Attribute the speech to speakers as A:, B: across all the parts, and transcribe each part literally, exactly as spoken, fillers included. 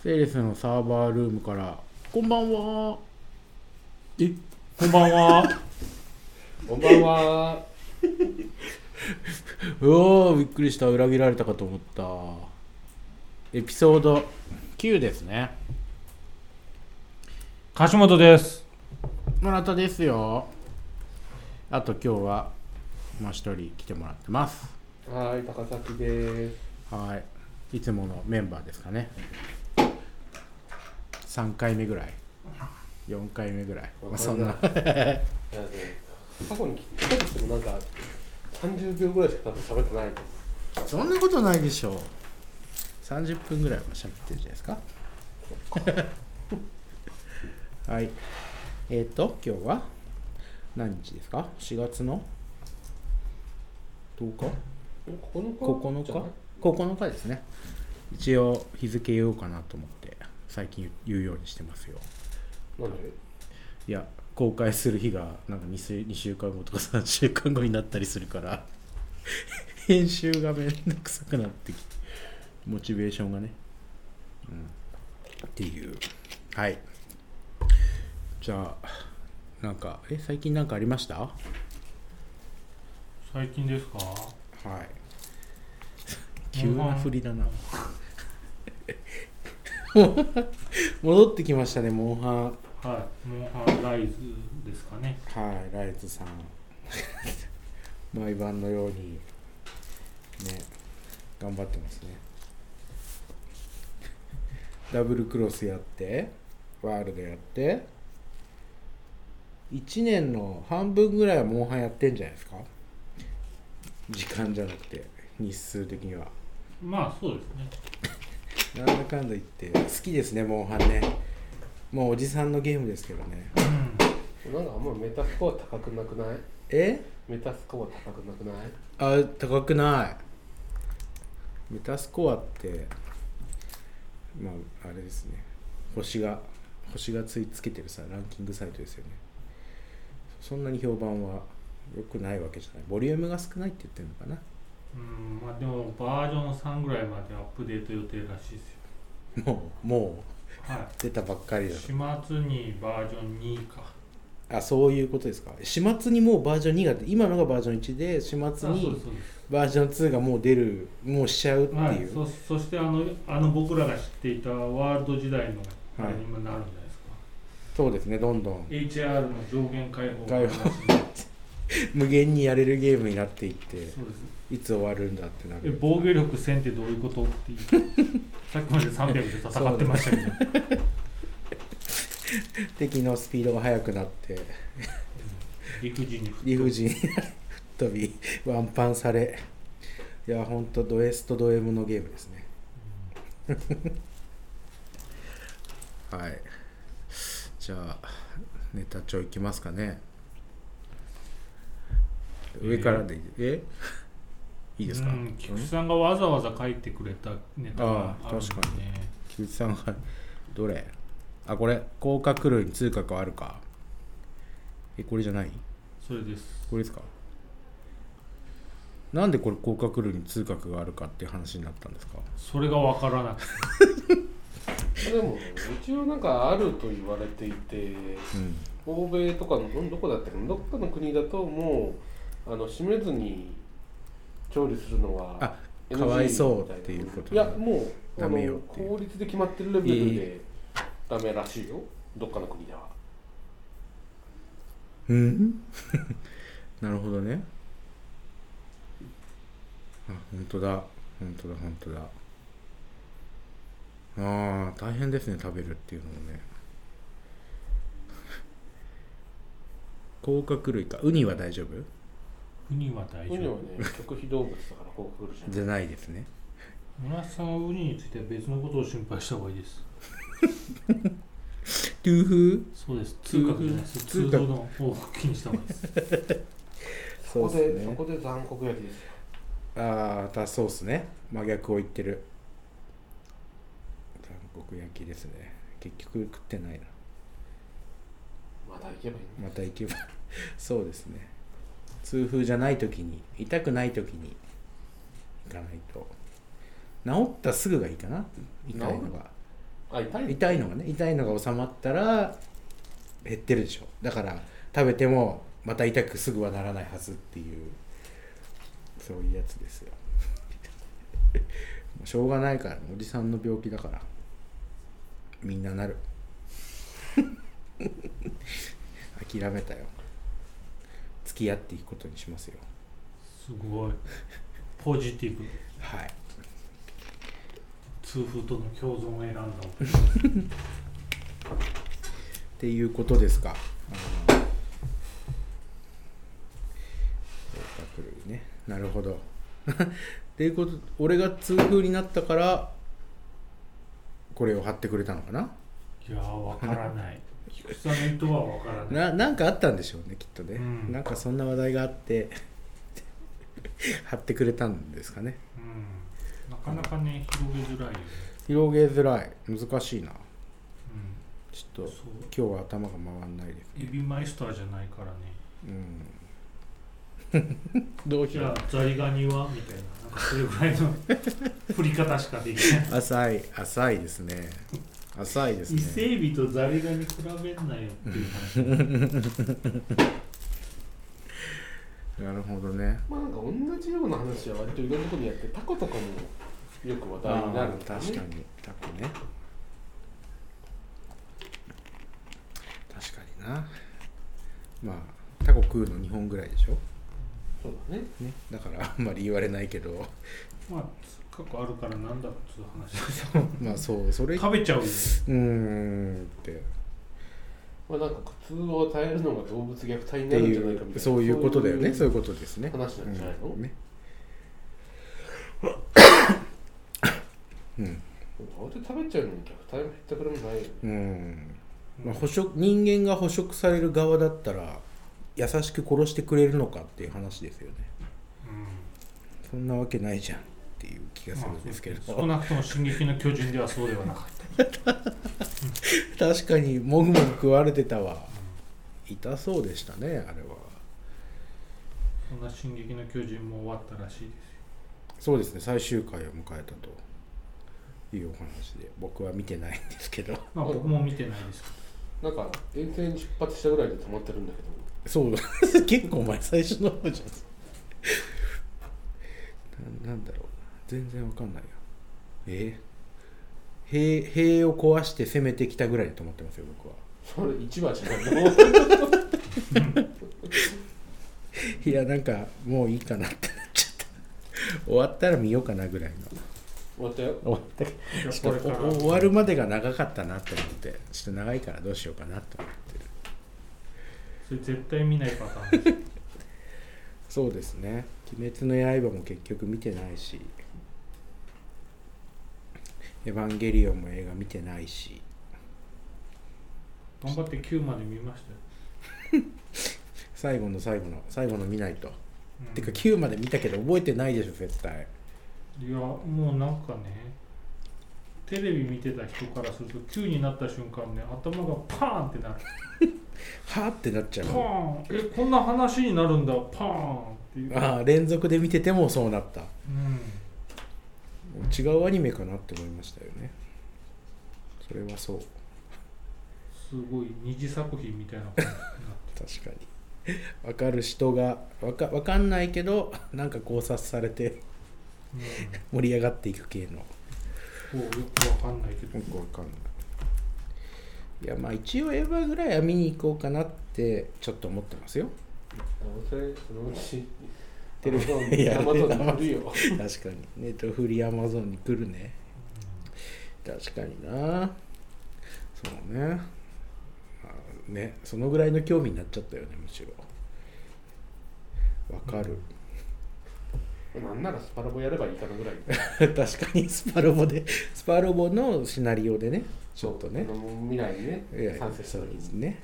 A: セールスのサーバールームからこんばんは。
B: え、こんばんは。
C: こんばんは。
A: うおーびっくりした。裏切られたかと思った。エピソードきゅうですね。
B: 柏本です。
A: 村田ですよ。あと今日はもう一人来てもらってます。
C: はい、高崎です。
A: はい、いつものメンバーですかね。さんかいめぐらい、よんかいめぐらい、まあ、そんな。いや
C: で過去に来たとしてもなんかさんじゅうびょうぐらいしか多分喋ってないと。
A: そんなことないでしょう。さんじゅっぷんぐらいは喋ってるじゃないですか。はい。えっ、ー、と今日は何日ですか？しがつのとおか？
C: ここのか？
A: ここのか？ここのかですね。一応日付言おうかなと思って最近言うようにしてますよ。
C: なんで？
A: いや、公開する日がなんか 2, 2週間後とかさんしゅうかんごになったりするから編集がめんどくさくなってきて、モチベーションがね、うん、っていう。はい、じゃあなんかえ最近なんかありました？
B: 最近ですか？
A: はい急な振りだな。戻ってきましたね、モンハン。
B: はい、モンハンライズですかね。
A: はい、ライズさん毎晩のようにね頑張ってますね。ダブルクロスやってワールドやっていちねんの半分ぐらいはモンハンやってんじゃないですか。時間じゃなくて日数的には。
B: まあそうですね。
A: なんだかんだ言って好きですね、モンハンね。もうおじさんのゲームですけどね。
B: うん、
C: なんかあんまメタスコア高くなくない？
A: え？
C: メタスコア高くなくない？
A: あ、高くない。メタスコアってまああれですね、星が星がついつけてるさランキングサイトですよね。そんなに評判は良くないわけじゃない。ボリュームが少ないって言ってるのかな。
B: うん、まあでもバージョンさんぐらいまでアップデート予定らしいですよ。
A: もうもう、
B: はい、
A: 出たばっかりだと。
B: 始末にバージョンにか。
A: あ、そういうことですか。始末にもうバージョンにが、今のがバージョンいちで始末にバージョンツーがもう出る、もうしちゃうっていう、はい、
B: そ, そしてあのあの僕らが知っていたワールド時代のあれにもなるんじゃないですか。
A: そうですね、どんどん
B: エイチアール の上限解放
A: 解放無限にやれるゲームになっていって、
B: そうです、
A: いつ終わるんだってなる。
B: え防御力せんってどういうことっていうさっきまでさんびゃくで戦ってましたけど
A: 敵のスピードが速くなって
B: 理不尽に
A: 理不尽に飛びワンパンされ、いやほんとド S とド M のゲームですね、うん、はい、じゃあネタ帳いきますかね。上からでいい、えー、いいですか。
B: 菊池さんがわざわざ書いてくれたネタがあるんでね。
A: 確かに菊池さんがどれ、あ、これ甲殻類に通覚はあるか。え、これじゃない？
B: それです。
A: これですか。なんでこれ甲殻類に通覚があるかっていう話になったんですか。
B: それが分からなく
C: てでも一応なんかあると言われていて、うん、欧米とかのどこだったかな、どっかの国だともうあの締めずに調理するのは エヌジー
A: かわいそうっていうこと。
C: いやもう
A: ダメよっていう
C: 法律で決まってるレベルでダメらしいよ、どっかの国では。
A: うんなるほどね。あ、本当だ本当だ本当だ。ああ、大変ですね、食べるっていうのもね。甲殻類か。ウニは大丈夫？
B: ウニは大丈夫。
C: ウニはね、極秘動物だから甲殻類じゃない。
A: じゃないですね。
B: 村瀬さんはウニについては別のことを心配した方がいいです。
A: トゥーフー？
B: そうです。通覚じゃないです。通常の方を気にした方がいいです。
C: そこで、そこで残酷焼きですよ。
A: ああ、だそうっすね。真逆を言ってる。残酷焼きですね。結局食ってないな。
C: また行けばいい
A: ね。また行けばそうですね。痛風じゃない時に、痛くない時に行かないと。治ったすぐがいいかな。痛いのが。
C: あ、 あ痛い
A: 痛いのがね痛いのが収まったら減ってるでしょ。だから食べてもまた痛くすぐはならないはずっていうそういうやつですよもうしょうがないからおじさんの病気だからみんななる諦めたよ。付き合っていくことにしますよ。
B: すごいポジティブ。
A: はい。
B: 痛風との共存を選んだ
A: っていうことですか。あのね、なるほどっていうこと俺が痛風になったからこれを貼ってくれたのかな。
B: いやーわからない菊池さんの意図はわからない
A: な, なんかあったんでしょうねきっとね、
B: うん、
A: なんかそんな話題があって貼ってくれたんですかね、
B: うん、なかなかね広げづらいよね。
A: 広げづらい難しいな、うん、ちょっと
B: そう
A: 今日は頭が回んないですね。
B: エビマイスターじゃないからね。
A: うんどうしよう。
B: ザリガニはみたいな、なんかそれぐらいの振り方しかできない
A: 浅い浅いですね浅いですね。
B: 伊勢エビとザリガニ比べんなよっていう話
A: なるほどね。
C: まあなんか同じような話は割といろんなところにやってタコとかもよく話題になるんだよね。
A: 確かにタコね確かにな。まあタコ食うのにほんぐらいでしょ。
C: そうだね。
A: ねだからあんまり言われないけど
B: まあ過去あるからなんだっつう話
A: まあそうそれ
B: 食べちゃうよ。
A: うーんって
C: まあなんか苦痛を与えるのが動物虐待に
A: って
C: なるんじゃ
A: い
C: ないかみたいうな
A: そういうことだよね。そういうことですね。
C: 話なんじゃないの？
A: うんねうん
C: あれ食べちゃうのに虐待もへったくれもないよね。
A: うんまあ、捕食人間が捕食される側だったら優しく殺してくれるのかっていう話ですよね。
B: うん、
A: そんなわけないじゃんっていう気がするんですけど、
B: まあ、少なくとも進撃の巨人ではそうではなかった
A: 確かにもぐもぐ食われてたわ、うん、痛そうでしたねあれは。
B: そんな進撃の巨人も終わったらしいですよ。
A: そうですね最終回を迎えたというお話で僕は見てないんですけど
B: まあ僕も見てないですけ
C: どなんか遠征に出発したぐらいで止まってるんだけど。
A: そう結構前最初の方じゃんな, なんだろう全然わかんないよ。えー、塀塀を壊して攻めてきたぐらいで止まってますよ僕は。
C: それいちわじゃないの
A: いやなんかもういいかなってなっちゃった終わったら見ようかなぐらいの。
C: 終わったよ。
A: 終わったちょっと
B: ど
A: 終わるまでが長かったなと思ってちょっと長いからどうしようかなと思ってる。
B: それ絶対見ないパターンです
A: そうですね鬼滅の刃も結局見てないしエヴァンゲリオンも映画見てないし
B: 頑張ってきゅうまで見ましたよ
A: 最後の最後の最後の見ないと、
B: うん、
A: てかきゅうまで見たけど覚えてないでしょ絶対。
B: いやもうなんかねテレビ見てた人からするときゅうになった瞬間ね頭がパーンってなる
A: はーってなっちゃう。
B: パーンえこんな話になるんだパーンっていう。
A: ああ連続で見ててもそうなった、
B: うん、
A: 違うアニメかなって思いましたよね。それはそう
B: すごい二次作品みたいな感じになって
A: 確かに分かる人がわか分かんないけどなんか考察されて、うん、盛り上がっていく系の
B: そうよくわかんないけど
A: よくわかんない。いやまあ一応エヴァぐらいは見に行こうかなってちょっと思ってますよ。
C: どうせそのうち
A: テレビ
C: いやアマゾンに来るよ
A: 確かにネットフリーアマゾンに来るね、うん、確かになそうね、まあ、ねそのぐらいの興味になっちゃったよねむしろわかる、
C: うん、なんならスパラボやればいいかなぐらい
A: 確かにスパロボでスパロボのシナリオでねちょっとね
C: 未来にね
A: いや
C: 賛成した
A: そうですね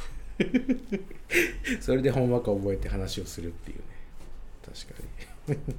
A: それでほんわか覚えて話をするっていうね確かに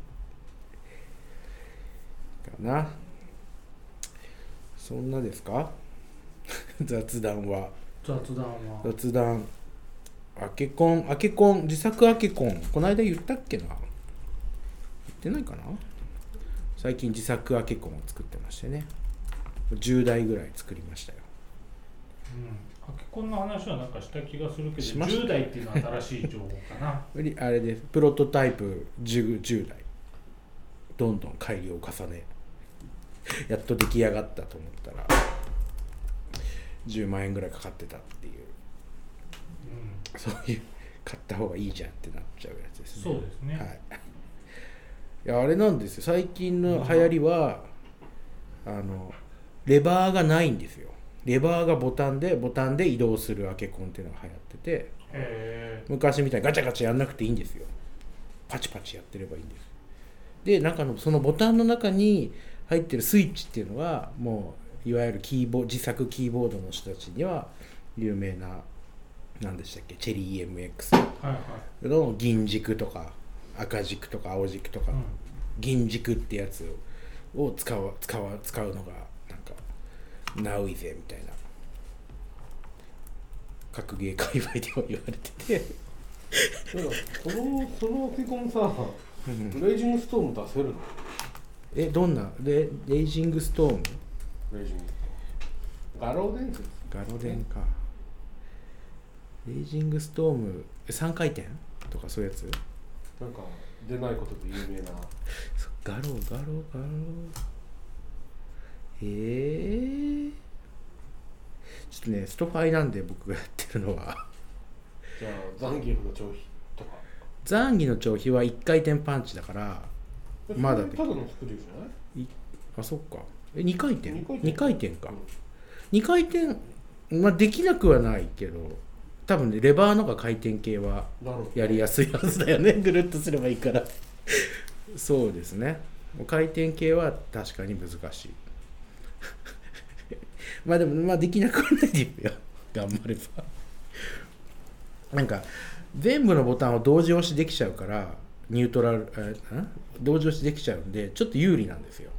A: かな。そんなですか雑談は
B: 雑談は
A: 雑談アケコンアケコン自作アケコンこの間言ったっけな言ってないかな。最近自作アケコンを作ってましてねじゅうだいぐらい作りましたよ。
B: うん、アケコンの話はなんかした気がするけど、
A: しました
B: じゅうだいっていうのは新しい情報かな。
A: あれです、プロトタイプ じゅう, じゅうだいどんどん改良を重ねやっと出来上がったと思ったらじゅうまんえんぐらいかかってたっていう、うん、そういう買った方がいいじゃんってなっちゃうやつですね。
B: そうですね、
A: はい、いやあれなんですよ、最近の流行りは、うん、あのレバーがないんですよ。レバーがボタンでボタンで移動するアケコンっていうのが流行ってて、
B: へ
A: 昔みたいにガチャガチャやんなくていいんですよ。パチパチやってればいいんです。で中のそのボタンの中に入ってるスイッチっていうのはもういわゆるキーボ自作キーボードの人たちには有名な何でしたっけ、チェリー エムエックス の銀軸とか赤軸とか青軸とか、うん、銀軸ってやつを使う使う使うのがなんかナウイぜみたいな格ゲー界隈では言われてて
C: だからそのそのアケコンさレイジングストーム出せるの？
A: え、どんなレレイジングストーム？
C: レイジングストームガローデン
A: ガロデンか。レイジングストームさんかい転とかそういうやつ？
C: なんか出ないことで有名な
A: ガロガロガロえー、ちょっとねストファイなんで僕がやってるのは
C: じゃあザンギエフの長飛とか。
A: ザンギの長飛はいっかい転パンチだからまだできる。
C: ただのスクリューじゃない？
A: あ、そっか。え、にかい転？ にかい転か、うん、にかい転、まあできなくはないけど多分ねレバーのが回転系はやりやすいはずだよねぐるっとすればいいからそうですね、回転系は確かに難しいまあでもまあできなくはないですよ頑張ればなんか全部のボタンを同時押しできちゃうからニュートラルえ同時押しできちゃうんでちょっと有利なんですよ。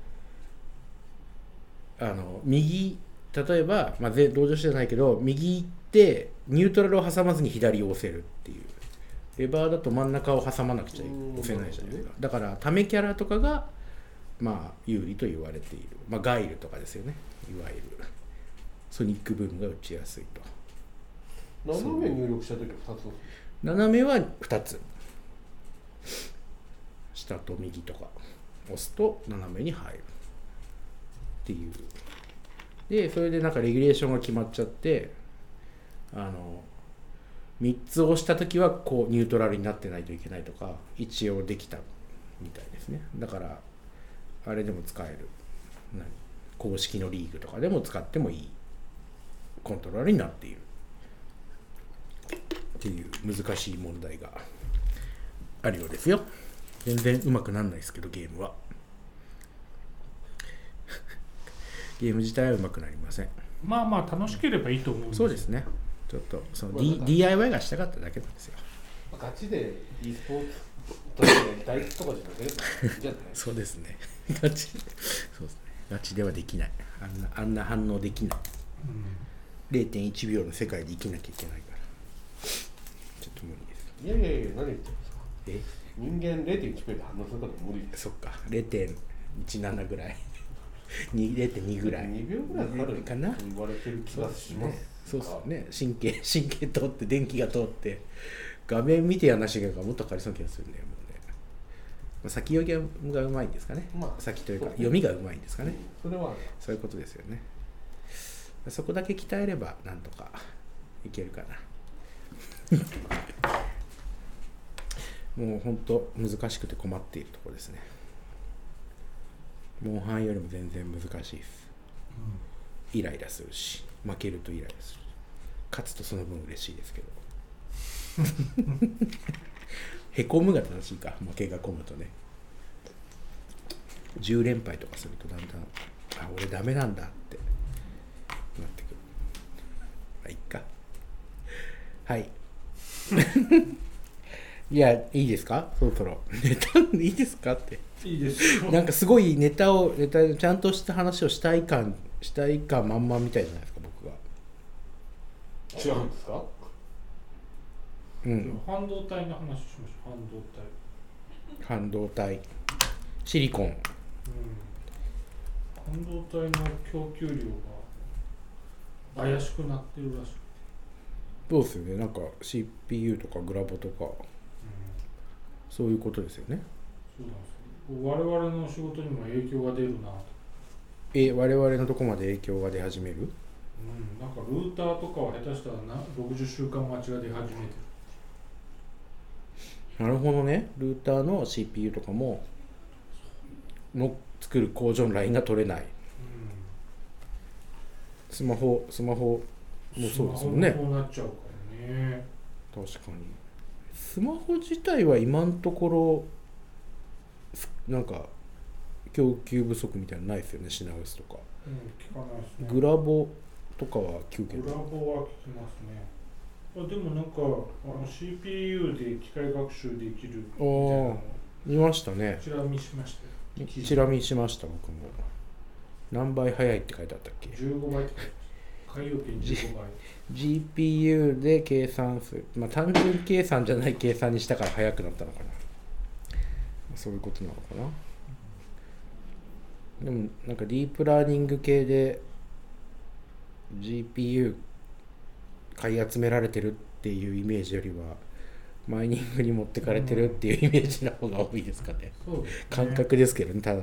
A: あの右例えば、まあ、同時押しじゃないけど右行ってニュートラルを挟まずに左を押せるっていう。レバーだと真ん中を挟まなくちゃ押せないじゃないですか。だからためキャラとかがまあ有利と言われている、まあ、ガイルとかですよね、いわゆるソニックブームが打ちやすいと。
C: 斜め入力したときはふたつ。
A: 斜めはふたつ、下と右とか押すと斜めに入るっていう。でそれでなんかレギュレーションが決まっちゃって、あのみっつ押したときはこうニュートラルになってないといけないとか一応できたみたいですね。だからあれでも使える、何公式のリーグとかでも使ってもいいコントローラーになっているっていう難しい問題があるようですよ。全然うまくなんないですけどゲームはゲーム自体はうまくなりません。
B: まあまあ楽しければいいと思うんです。
A: そうですね、ちょっとその、D、ディーアイワイ がしたかっただけなんですよ。
C: ガチで e スポーツとして大工とかじゃなければいいんじゃない
A: そうですねガチそうですね、ガチではできない、あんなあんな反応できない、うん、れいてんいちびょうの世界で生きなきゃいけないからちょっと無理です。
C: いやいやいや何言ってるんですか。え人間 れいてんいちびょうで反応すること無理です。
A: そっか れいてんいちなな ぐらいれいてんに ぐらい
C: にびょうぐらいかかる
A: かなと
C: 言われてる気がします。
A: そうですね、神経神経通って電気が通って画面見てやなしがもっとかかりそうな気がするね。もうね、まあ、先読みがうまいんですかね、まあ、先というか読みがうまいんですかね、
C: うん、それは
A: そういうことですよね。そこだけ鍛えればなんとかいけるかなもう本当難しくて困っているところですね。モンハンよりも全然難しいです、うん、イライラするし負けるとイライラする、勝つとその分嬉しいですけどへこむが正しいか、負けが込むとね。じゅうれんぱいとかするとだんだんあ俺ダメなんだってなってくる。まあいっかはいいやいいですか、そろそろネタいいですかって。
B: いいですよ。
A: なんかすごいネタをネタちゃんとした話をしたい感したい感満々みたいじゃないですか僕が。
C: 違うんですか。
A: うん。
B: 半導体の話しましょう。半導体。
A: 半導体。シリコン。うん。
B: 半導体の供給量が怪しくなってるらしい。
A: そうですよね。なんか シーピーユー とかグラボとか、うん、そういうことですよね。
B: そうなんですよ。我々の仕事にも影響が出るなと。
A: え、我々のとこまで影響が出始める？
B: うん、なんかルーターとかは下手したらなろくじゅっしゅうかん待ちが出始めてる。
A: なるほどね。ルーターの シーピーユー とかもの作る工場のラインが取れない。うん、スマホスマホもそうですもんね。
B: そうなっちゃうからね。
A: 確かに。スマホ自体は今のところなんか供給不足みたいなのないですよね。品薄とか。
B: うん、聞かないですね。
A: グラボとかは聞くけど。
B: グラボは聞きますね。あ、でもなんかあの シーピーユー で機械学習できるみたいなの
A: 見ましたね。
B: チラ見しましたよ。
A: チラ見しました僕も。何倍速いって書いてあったっけ？
B: じゅうごばいって書いてあった。海洋圏じゅうごばい。
A: ジーピーユー で計算する、まあ単純計算じゃない計算にしたから速くなったのかな。そういうことなのかな。でもなんかディープラーニング系で ジーピーユー 買い集められてるっていうイメージよりはマイニングに持ってかれてるっていうイメージの方が多いですかね。
B: そうですね。
A: 感覚ですけどね、ただの。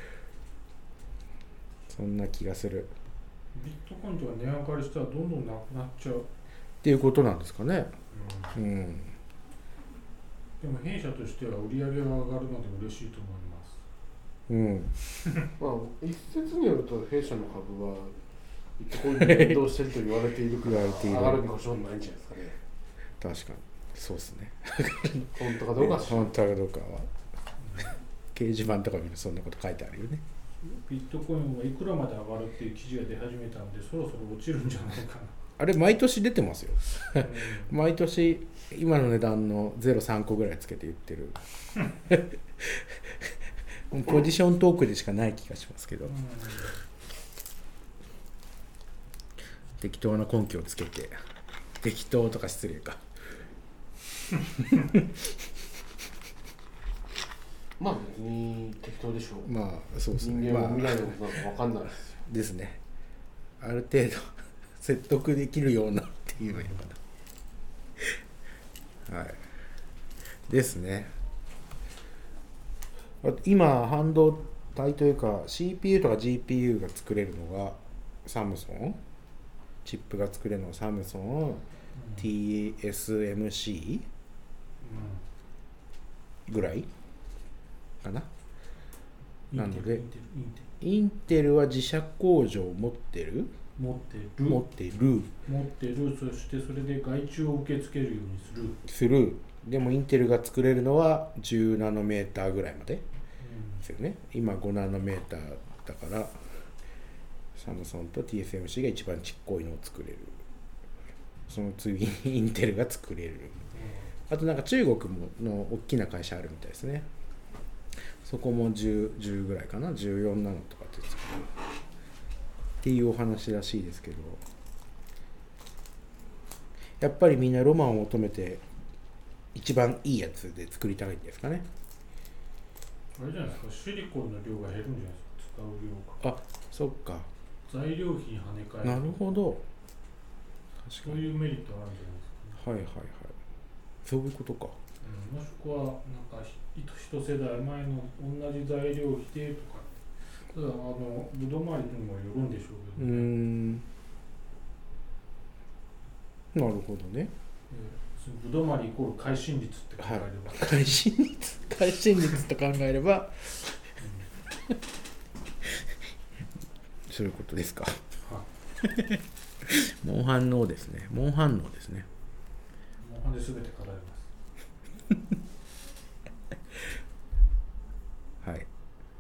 A: そんな気がする。
B: ビットコインとか値上がりしたらどんどんなくなっちゃう
A: っていうことなんですかね。うん。うん、
B: でも弊社としては売り上げが上がるので嬉しいと思います。
A: うん。
C: まあ一説によると弊社の株はビットコインで連動してると言われているから上がるに保証ないんじゃないですかね。
A: 確かにそうですね。
C: 本当かどうかは
A: 本当かどうかは掲示板とか見るとそんなこと書いてあるよね。
B: ビットコインはいくらまで上がるっていう記事が出始めたんでそろそろ落ちるんじゃないかな。あ
A: れ毎年出てますよ。毎年今の値段のゼロさんこぐらいつけて言ってる。ポジショントークでしかない気がしますけど、適当な根拠をつけて、適当とか失礼か。
C: まあ別に適当でしょう。
A: まあそうですね。
C: 人間は未来のことなんか分かんないですよ。
A: ですね。ある程度説得できるようなっていうのがいいのかな。はい。ですね。今半導体というか シーピーユー とか ジーピーユー が作れるのがサムソン、チップが作れるのはサムソン、うん、ティーエスエムシー ぐらいかな。なのでインテルは自社工場を持ってる
B: 持ってる
A: 持ってる
B: 持ってるそしてそれで外注を受け付けるようにする
A: する。でもインテルが作れるのはじゅうナノメーターぐらいまでですよね。今ごナノメーターだからサムソンと ティーエスエムシー が一番ちっこいのを作れる。その次にインテルが作れる。あとなんか中国もの大きな会社あるみたいですね。そこも 10, 10ぐらいかな、じゅうよんナノとかって作るっていうお話らしいですけど、やっぱりみんなロマンを求めて一番いいやつで作りたいんですかね。
B: あれじゃないですか、シリコンの量が減るんじゃないですか、使う量が。
A: あ、そっか。
B: 材料費に跳ね返る。
A: なるほど。
B: 確かにそういうメリットあるんじゃないですか、ね。
A: はいはいはい。そういうことか。
B: うん、もしくはなんか一世代前の同じ材料費でとか、ただあのぶどまりにもよるんでしょうけど、ね、うーん。
A: なるほどね。
B: ぶどまりイコール会心率って考えれば、
A: はい、会心率会心率と考えれば、うん、そういうことですか。モン反応ですね。モン反応ですね。
B: モン反で全て語れます。
A: はい。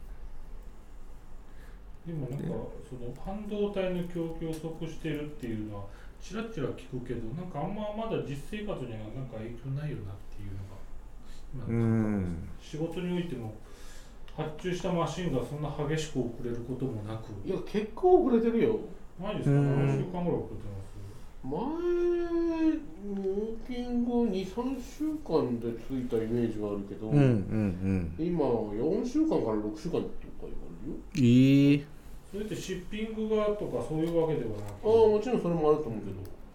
B: でもなんかその半導体の供給不足しているっていうのはちらちら聞くけど、なんかあんままだ実生活にはなんか影響ないよなっていうのが今の感覚です。仕事においても発注したマシンがそんな激しく遅れることもなく。
C: いや結構遅れてるよ。
B: マジですか。何週間ぐらい遅れてます。
C: 前納品後 にさんしゅうかんでついたイメージはあるけど、うんうんうん、今よんしゅうかんからろくしゅうかんとか言われるよ。
A: えー、
B: それってシッピングがとかそういうわけではなく、
C: ああもちろんそれもあると思うけ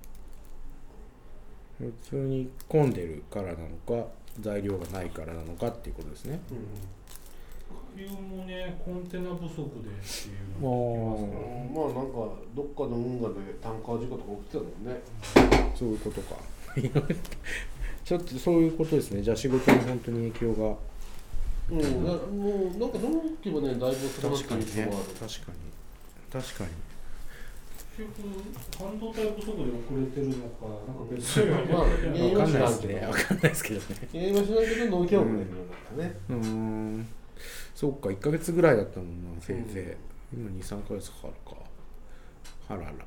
C: ど、
A: 普通に混んでるからなのか材料がないからなのかっていうことですね。
C: うん
B: 下流もねコンテナ不足でっていう
A: あ
B: のを聞きますから、
C: まあなんかどっかの運河でタンカー事故とか起きてたもんね。
A: そういうことかちょっとそういうことですね。じゃあ仕事に本当に影響が
C: うん、なもうなんか納期はねだいぶ遅くなってる印象がある。
A: 確かに確かに
B: 結局半導体不足で遅れてるのかなんか別に
C: まあ原因
A: 分かんない
C: は知らんけど
A: ですね分かんないですけどね。
C: 原因は知らんけど納期は遅れるようになったね。
A: うーんそっかいっかげつぐらいだったもんなせいぜい、今にさんかげつかかるか。はらら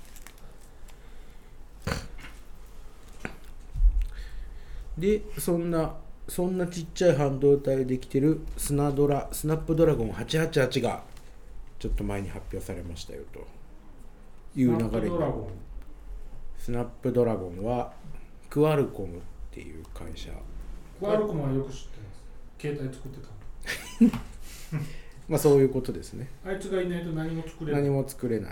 A: でそんなそんなちっちゃい半導体できてるスナドラスナップドラゴンはちはちはちがちょっと前に発表されましたよという流れで、スナップドラゴンはクアルコムっていう会社、
B: クアルコムはよく知ってます。携帯作ってたの。
A: まあそういうことですね。
B: あいつがいないと何も作れない。
A: 何も作れない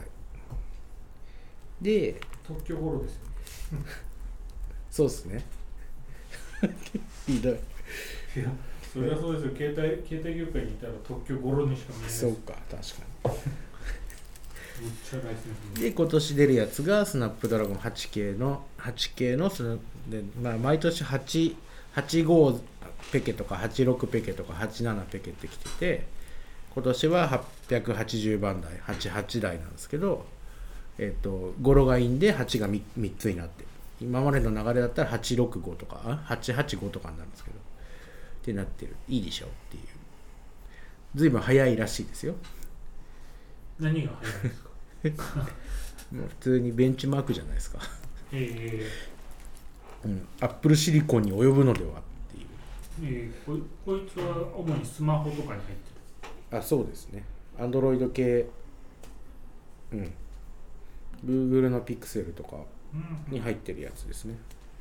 A: で
B: 特許ゴロですよ。
A: そうですねひどい。
B: いや、それはそうですよ。携帯携帯業界にいたら特許ゴロにしか見えない。
A: そうか確かに
B: めっちゃライセンス
A: で今年出るやつがスナップドラゴン はちケー の はちケー のスナで、まあ、毎年はちじゅうごペケとかはちじゅうろくペケとかはちじゅうななペケってきてて、今年ははっぴゃくはちじゅうばんだいはちじゅうはちだいなんですけど、えっと語呂がいいんではちが 3, 3つになってる。今までの流れだったらはちひゃくろくじゅうごとかはちひゃくはちじゅうごとかになるんですけどってなってる。いいでしょっていう。随分早いらしいですよ。
B: 何が早いんですか
A: もう普通にベンチマークじゃないですか。
B: え
A: うん、アップルシリコンに及ぶのではっていう。
B: ー、えー、こいこいつは主にスマホとかに入ってる。
A: あ、そうですね。アンドロイド系、うん。Google の Pixel とかに入ってるやつですね。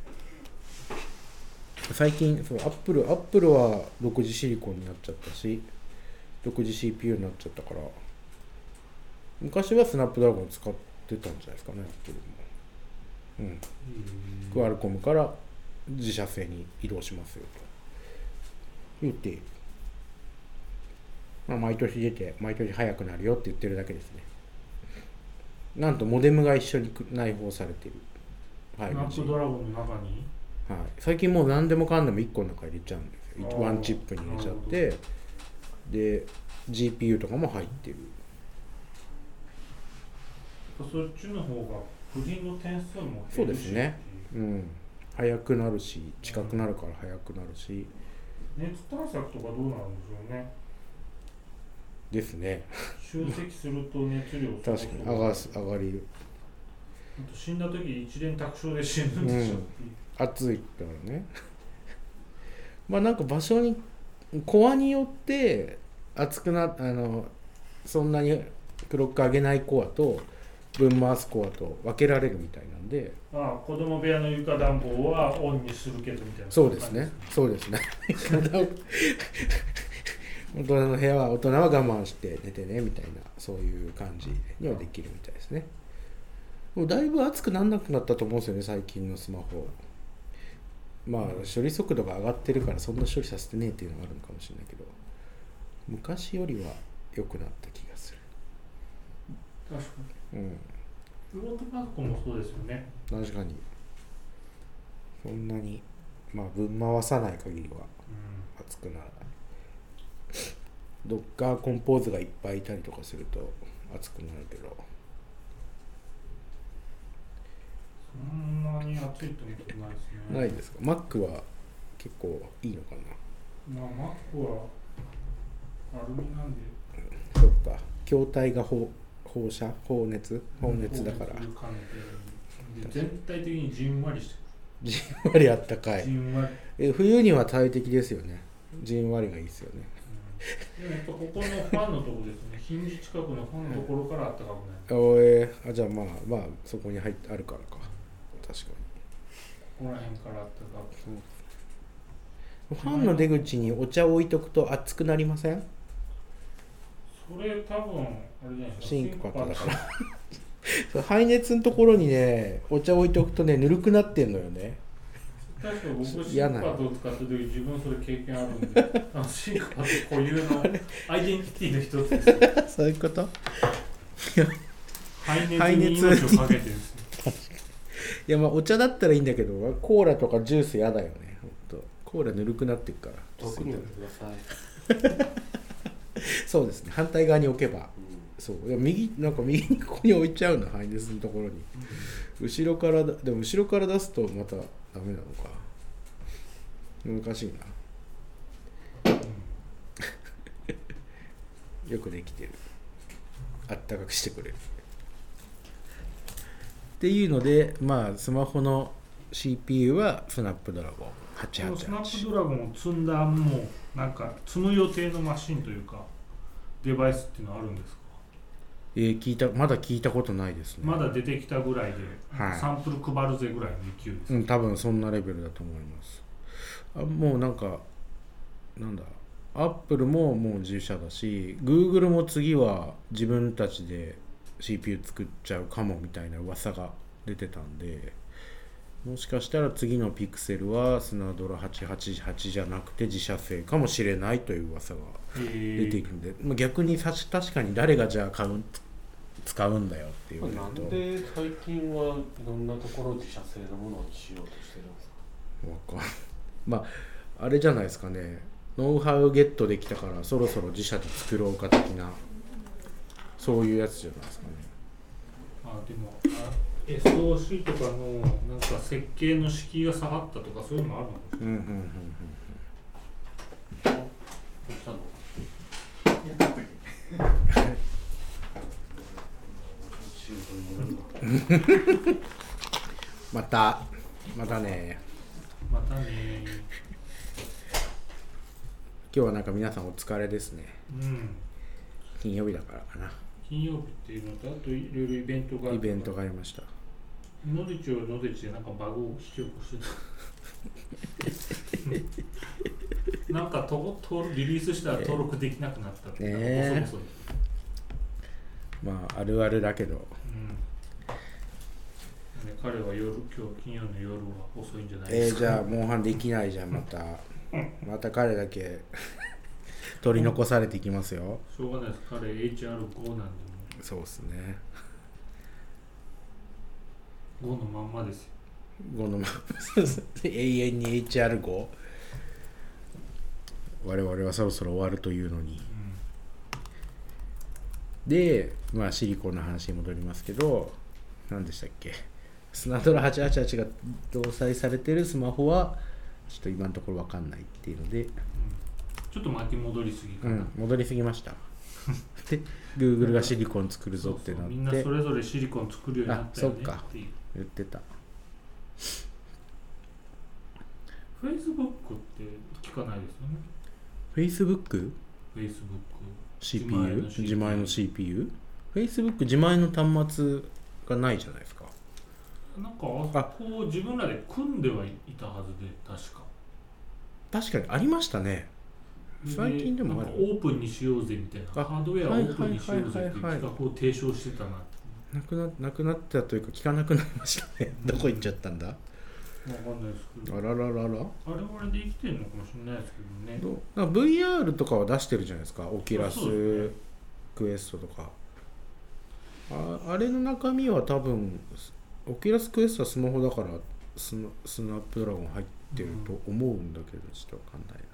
A: 最近、そう、Apple、Apple は独自シリコンになっちゃったし、独自 シーピーユー になっちゃったから、昔はスナップドラゴン使ってたんじゃないですかね、Apple も。うん。クアルコムから自社製に移動しますよと言っている。まあ、毎年出て毎年早くなるよって言ってるだけですね。なんとモデムが一緒に内包されている。
B: スナップドラゴンの中に、
A: はい、最近もう何でもかんでもいっこの中入れちゃうんですよ。ワンチップに入れちゃってで ジーピーユー とかも入ってる。
B: そっちの方が部品の点数も
A: そうですね、うん、速くなるし近くなるから速くなるし、
B: 熱探索とかどうなるんでしょうね。
A: ですね。
B: 集積すると熱量
A: 確かに上が上がりる。
B: 死んだ時一連卓上で死ぬんでしょ、うん、
A: 暑いからねまあなんか場所にコアによって熱くなあのそんなにクロック上げないコアと分回すコアと分けられるみたいなんで、
B: ああ子供部屋の床暖房はオンにするけどみたいな。
A: そうですねそうですね大人の部屋は大人は我慢して寝てねみたいなそういう感じにはできるみたいですね。もうだいぶ熱くならなくなったと思うんですよね最近のスマホ。まあ処理速度が上がってるからそんな処理させてねえっていうのがあるのかもしれないけど昔よりは良くなった気がする。
B: 確かに、うん、ノートパソコンもそうですよね。
A: 確かにそんなにまあ分回さない限りは熱くならない、うん、ドッカーコンポーズがいっぱいいたりとかすると熱くなるけど
B: そんなに熱いってことないですね。
A: ないですか。 Mac は結構いいのか
B: な。まあ Mac はアルミなんで、
A: うん、そっか筐体が放放射放熱放熱だから
B: 全体的にじんわりしてくる。
A: じんわりあったかい。
B: じんわり
A: え冬には大敵ですよね。じんわりがいいですよね、
B: うん、でもやっぱここのファンのところですね。ヒンジ近くのファンのところからあったかくない、
A: うん、えー、あじゃあまあまあそこに入ってあるからか。確かに
B: ここら辺からあったかく。
A: ファンの出口にお茶を置いとくと熱くなりません？
B: それ多分あれじゃないですか、
A: シンクパッドだからそう排熱のところにねお茶置いておくとねぬるくなってんのよね。
B: 確か僕シンクパッドを使った時自分それ経験あるんであのシンクパッド固有のアイデンティティの一つですよ
A: そういうこと。
B: 排熱に命をかけてるんですよ
A: いやまあお茶だったらいいんだけどコーラとかジュースやだよね。ほんとコーラぬるくなってるから
C: 遠くに置いてください
A: そうですね、反対側に置けば、
C: うん、
A: そういや右なんか右にここに置いちゃうの排熱のところに、うん、後ろからだでも後ろから出すとまたダメなのか難しいな、うん、よくできてる、あったかくしてくれるっていうので、まあスマホの シーピーユー はスナップドラゴンはちはちはち。
B: スナップドラゴンを積んだもうなんか積む予定のマシンというかデバイスっていうのはあるんですか？
A: えー、聞いたまだ聞いたことないですね。
B: まだ出てきたぐらいで、はい、サンプル配るぜぐらいの勢いです、
A: うん、多分そんなレベルだと思います。あもうなんかなんだアップルももう自社だし Google も次は自分たちで シーピーユー 作っちゃうかもみたいな噂が出てたんで、もしかしたら次のピクセルはスナドラはちはちはちじゃなくて自社製かもしれないという噂が出ていくんで、まあ、逆にさし確かに誰がじゃあ買う使うんだよっていうと、
C: なんで最近はいろんなところ自社製のものにしようとしてるんですか？
A: わかんまああれじゃないですかね、ノウハウゲットできたからそろそろ自社で作ろうか的なそういうやつじゃないですかね。
B: あでもあ エスオーシー とかのなんか設計の敷居が下がったとかそういうのもあるのかもしれない。うんうんうんうん
C: どうしたの？
A: またまたね
B: またね
A: 今日はなんか皆さんお疲れですね。
B: うん
A: 金曜日だからかな。
B: 金曜日っていうのとあといろいろイベントが
A: イベントがありました。
B: のでちをのでちでなんかバグを引き起こしてたなんかととリリースしたら登録できなくなったって、えー、なんかボソボソ
A: まああるあるだけど、うん
B: ね、彼は夜今日金曜の夜は遅いんじゃない
A: ですか。えー、じゃあモンハンできないじゃんまたまた彼だけ取り残されていきますよ。
B: しょうがないです、彼 エイチアールフォー なんでも
A: そうですね、
B: ごのまんまですよ。
A: ごのまんま永遠に エイチアールフォー 我々はそろそろ終わるというのに、うん、でまあシリコンの話に戻りますけど、何でしたっけ、スナドラはちはちはちが搭載されてるスマホはちょっと今のところ分かんないっていうので、うん、
B: ちょっと巻き戻りすぎかな、うん、
A: 戻りすぎましたで Google がシリコン作るぞってなって、
B: そうそうみんなそれぞれシリコン作るようになったよねっていう。
A: あ、そっか言ってた。
B: Facebook って聞かないですよね。
A: Facebook?
B: Facebook
A: シーピーユー? 自前の シーピーユー? Facebook 自前の端末がないじゃないですか。
B: なんかあそこを自分らで組んではいたはずで、確か
A: 確かにありましたね。最近でもある。
B: なんかオープンにしようぜみたいな、ハードウェアをオープンにしようぜっていう企画を提唱してたな。
A: なくな、なくなったというか聞かなくなりましたね。どこ行っちゃったんだ。わ
B: かんないですけど。
A: あらららら。あれは
B: あれで生きてるのかもしれないですけどね。
A: どなんか ブイアール とかは出してるじゃないですか。オキュラスクエストとか。あ, あれの中身は多分オキュラスクエストはスマホだからス ナ, スナップドラゴン入ってると思うんだけど、ちょっとわかんない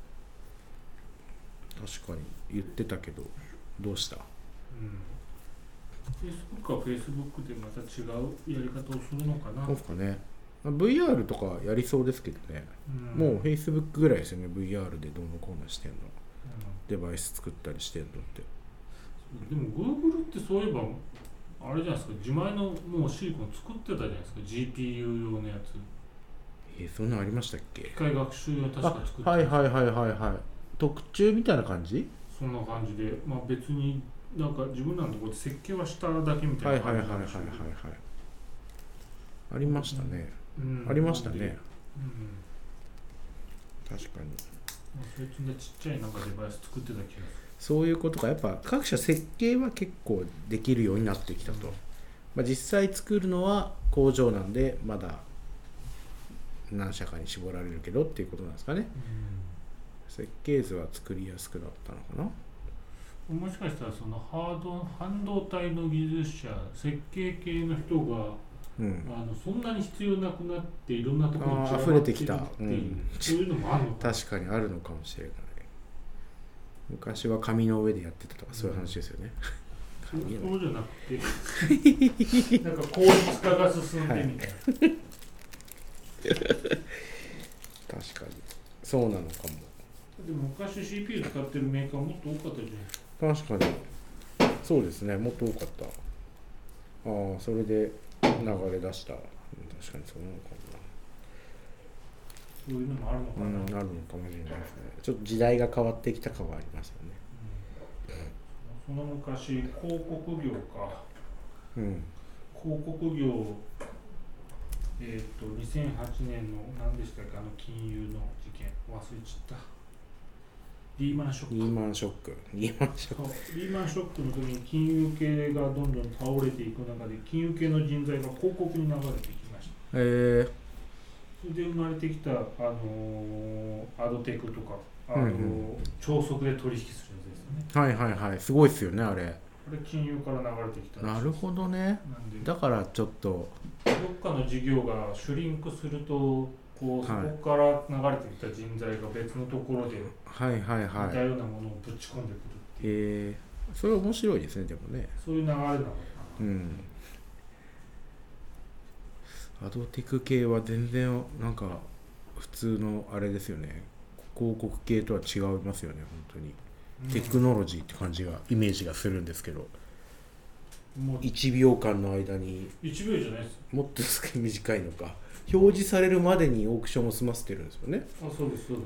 A: な。確かに言ってたけどどうした？うん、
B: Facebook は Facebook でまた違うやり方をするのかな。
A: そうかね。ブイアール とかやりそうですけどね、うん、もう Facebook ぐらいですよね。 ブイアール でどうのこうのしてんの、うん、デバイス作ったりしてんのって。
B: でも Google ってそういえばあれじゃないですか、自前のもうシリコン作ってたじゃないですか、 ジーピーユー 用のやつ。
A: えー、そんなのありましたっけ？
B: 機械学習用確か作ってた。
A: はいはいはいはいはい。特注みたいな感じ？
B: そんな感じで、まあ別になんか自分らのところで設計はしただけみたいな感じなんでしょうけど。はいはいはいはいはいはい。ありましたね。うん、ありましたね。うん、 確かに。まあ、そいつでちっちゃいなんかデバイス作ってた気がする。
A: そういうことがやっぱ各社設計は結構できるようになってきたと、まあ、実際作るのは工場なんでまだ何社かに絞られるけどっていうことなんですかね、うん、設計図は作りやすくなったのかな。
B: もしかしたらそのハード半導体の技術者設計系の人が、うん、あのそんなに必要なくなっていろんなところに散らばってきたっていう、うん、そういうのもあるのかな。
A: 確かにあるのかもしれない。昔は紙の上でやってたとかそういう話ですよね、
B: うん、そうじゃなくてなんか効率化が進んでみたいな、はい、
A: 確かにそうなのかも。
B: でも昔 シーピーユー 使ってるメーカーもっと多かったじ
A: ゃないですか。確かにそうですね、もっと多かった。ああ、それで流れ出した。確かにそうなのかもな。
B: そういうのもあるのかな、
A: うん、あるのかもしれないですね。ちょっと時代が変わってきた感はありますよね、
B: うん、その昔広告業か、うん、広告業えっとにせんはちねんの何でしたっけ、あの金融の事件忘れちゃった。リーマンショック
A: リーマンショックリーマンショック
B: リーマンショックの時に金融系がどんどん倒れていく中で金融系の人材が広告に流れていきました。へえ。それで生まれてきた、あのー、アドテクとか、あのーうんうん、超速で取引するやつですよ
A: ね。はいはいはい、すごいですよねあれ。
B: あれ金融から流れてきた。
A: なるほどね。だからちょっと
B: どっかの事業がシュリンクするとこう、はい、そこから流れてきた人材が別のところで
A: はいはいはい
B: 似たようなものをぶち込んでくるっていう。
A: へえ、それ面白いですね。でもね、
B: そういう流れなのかな。うん。
A: アドテク系は全然なんか普通のあれですよね。広告系とは違いますよね本当に、うん、テクノロジーって感じがイメージがするんですけど、もういちびょうかんの間に
B: いちびょうじゃないです。
A: もっと短いのか、表示されるまでにオークションを済ませてるんですよね。
B: あ、そうですそうです。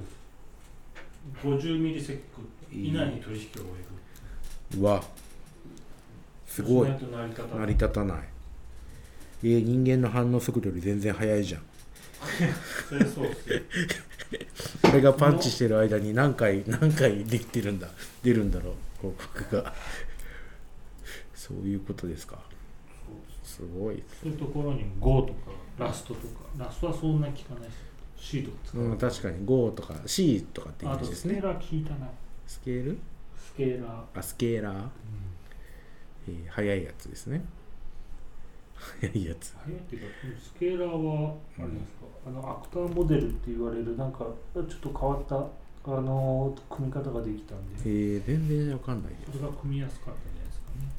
B: ごじゅうミリセック以内に取引を終
A: える。うわ、すごい。成り立たない。えー、人間の反応速度より全然速いじゃん。
B: それそうですね。
A: これがパンチしてる間に何回何回できてるんだ出るんだろう広告が。そういうことですか。すごい。
B: そういうところに Go とかラストとか、ラストはそんな聞かないし C とか使う、
A: うん、確かに Go とか C とかって言うんですね。
B: あとスケーラー聞いたな。
A: スケール
B: スケーラー
A: あスケーラー、うん、えー、速いやつですね。速いやつ。
B: 速いっていうかスケーラーはあれですか、うん、あのアクターモデルって言われるなんかちょっと変わったあの組み方ができたんで、
A: えー、全然わかんない。
B: それが組みやすかったんじゃないですかね。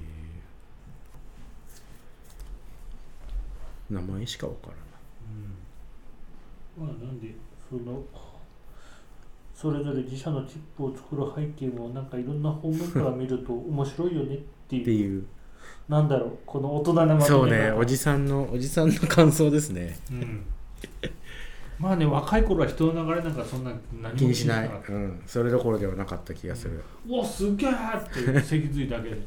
A: へー、名前しかわからない。
B: うん、まあなんでそのそれぞれ自社のチップを作る背景もなんかいろんな方面から見ると面白いよねっていう。っていうなんだろう、この大人なまとめ方。
A: そうね、おじさんのおじさんの感想ですね。
B: うん、まあね、若い頃は人の流れなんかそんな何も
A: 気にしない、うん、それどころではなかった気がする。
B: うん、うわすげえって脊髄だけで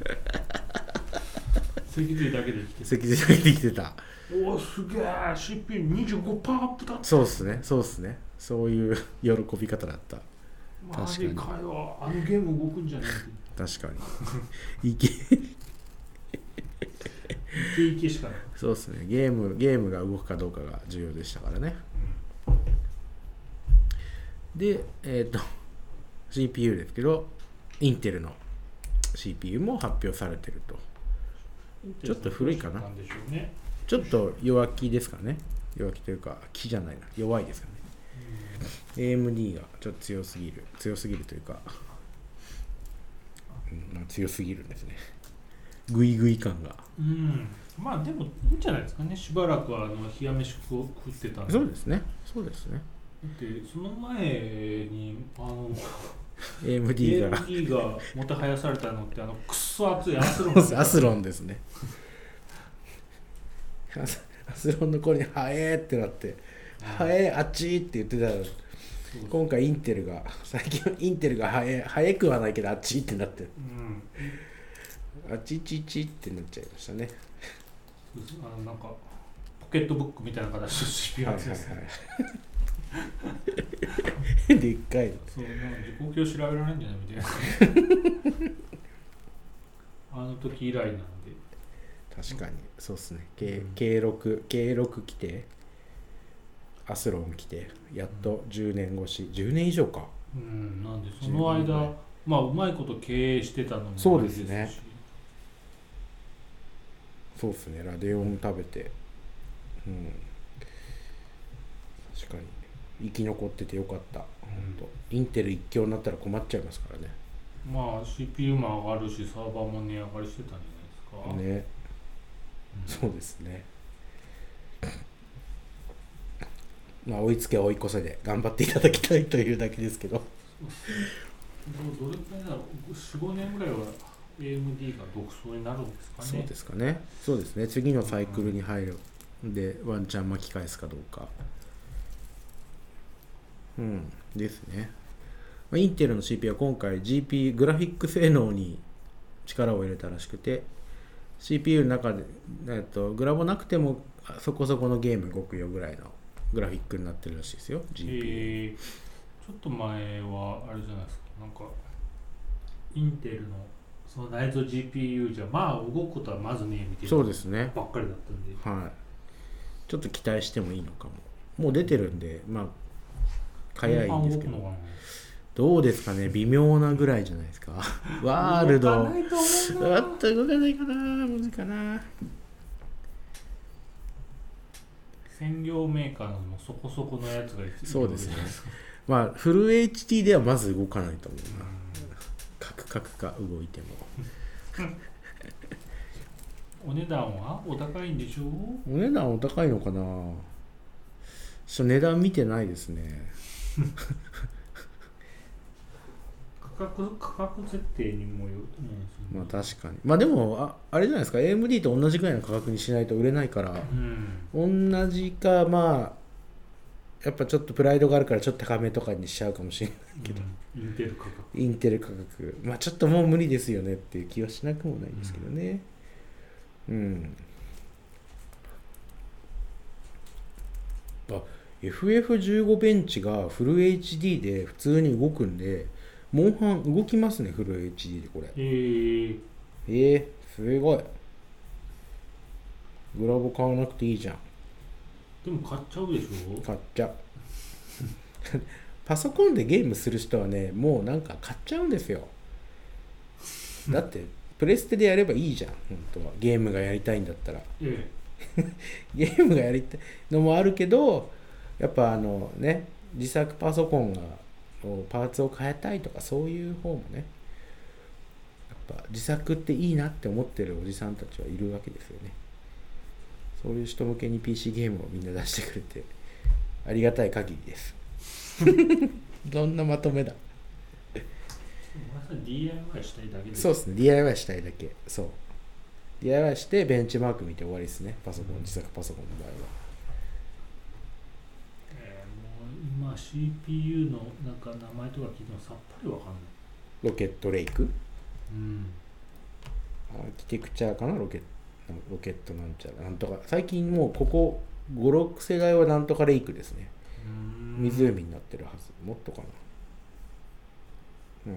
B: 脊髄だけで生きてた。
A: 脊髄だけで生きてた。
B: おすげえ シーピーユーにじゅうごパーセント アップだった。
A: そうっすね、そうっすね、そういう喜び方だった。
B: マジかよ、あのゲーム動くんじゃないって。
A: 確かにいけ
B: イケイケしかない。
A: そうですね、ゲームゲームが動くかどうかが重要でしたからね、うん、でえっ、ー、と シーピーユー ですけどインテルの シーピーユー も発表されてると。ちょっと古いかな、ね、ちょっと弱気ですかね。弱気というか気じゃないな、弱いですかね、うん、エーエムディー がちょっと強すぎる強すぎるというか、うんまあ、強すぎるんですね、グイグイ感が。
B: うん、まあでもいいんじゃないですかね。しばらくはあの冷や飯食ってたんで。
A: そうですね、そうですね。
B: だってその前にあの
A: エーエムディー が
B: エーエムディー がもてはやされたのってあのクソ熱いアスロン
A: アスロンですね。アスロンの頃にはえーってなってはえーあっちーって言ってたら、今回インテルが最近インテルがはえー早くはないけどあっちーってなって、うん、あちちちってなっちゃいましたね。
B: あのなんかポケットブックみたいな形の シーピーユー ですね。
A: でっかい
B: そうなんか時刻表調べられるんじゃないみたいなあの時以来なんで
A: 確かにそうっすね、K、ケーろく ケーろく 来てアスロン来てやっとじゅうねん越しじゅうねん以上か。
B: うんなんでその間まあうまいこと経営してたのも
A: そうですね。そうですね、ラデオン食べて、うん、確かに生き残っててよかった、うん、本当インテル一強になったら困っちゃいますからね。
B: まあ シーピーユー も上がるしサーバーも値上がりしてたんじゃないですかね、
A: うん、そうですね。まあ追いつけ追い越せで頑張っていただきたいというだけですけど
B: どれくらいだろう よん,ご 年ぐらいはエーエムディー が独走になるんですかね。
A: そうですかね。そうですね。次のサイクルに入るでワンチャン巻き返すかどうか。うんですね。インテルの シーピーユー は今回 ジーピー グラフィック性能に力を入れたらしくて シーピーユー の中で、えっと、グラボなくてもそこそこのゲーム動くよぐらいのグラフィックになってるらしいですよ ジーピーユー、
B: えー、ちょっと前はあれじゃないですかなんかインテルのその内蔵 ジーピーユー じゃまあ動くことはまずねえみたいな
A: そうですね
B: ばっかりだったんで、
A: はい、ちょっと期待してもいいのかも。もう出てるんでまあ早いんですけどどうですかね、微妙なぐらいじゃないですかワールドあっと動かないかな、無理かな。
B: 専業メーカーのそこそこのやつがいる。
A: そうですね。まあフル エイチディー ではまず動かないと思うな。カクカクか動いても
B: お値段はお高いんでしょう。
A: お値段お高いのかな。ちょっと値段見てないですね
B: 価格価格設定にもよると思うんですよね。
A: まあ確かに。まあでも あ, あれじゃないですか エーエムディー と同じくらいの価格にしないと売れないから、うん、同じかまあやっぱちょっとプライドがあるからちょっと高めとかにしちゃうかもしれないけど、
B: うん、インテル価格
A: インテル価格まあちょっともう無理ですよねっていう気はしなくもないんですけどね。うん、うん、あ エフエフじゅうご ベンチがフル エイチディー で普通に動くんでモンハン動きますねフル エイチディー でこれ。
B: えー、
A: えー、すごい。グラボ買わなくていいじゃん。
B: でも買っちゃうでしょ。
A: 買っちゃうパソコンでゲームする人はねもうなんか買っちゃうんですよだってプレステでやればいいじゃん本当はゲームがやりたいんだったら、
B: え
A: え、ゲームがやりたいのもあるけどやっぱあのね自作パソコンがパーツを変えたいとかそういう方もねやっぱ自作っていいなって思ってるおじさんたちはいるわけですよね。そういう人向けに ピーシー ゲームをみんな出してくれてありがたい限りですどんなまとめだ
B: ディーアイワイ したいだけです。
A: そうですね ディーアイワイ したいだけ。そう ディーアイワイ してベンチマーク見て終わりですねパソコン、うん、自作パソコンの場合は。
B: えー、もう今 シーピーユー のなんか名前とか聞いてもさっぱりわかんない。
A: ロケットレイク、
B: うん、
A: アーキテクチャーかなロケットロケットなんちゃらなんとか最近もうここごろく世代はなんとかレイクですね。湖になってるはず。もっとかな。うん。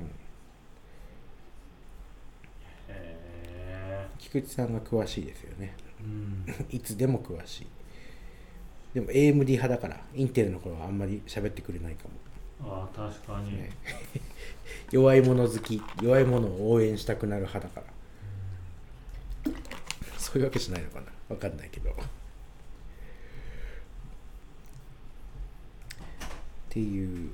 B: へー
A: 菊池さんが詳しいですよね。
B: うん、
A: いつでも詳しい。でも エーエムディー 派だからインテルの頃はあんまり喋ってくれないかも。
B: ああ確かに、ね、
A: 弱い者好き弱い者を応援したくなる派だから。そういうわけじゃないのかなわかんないけどっていう。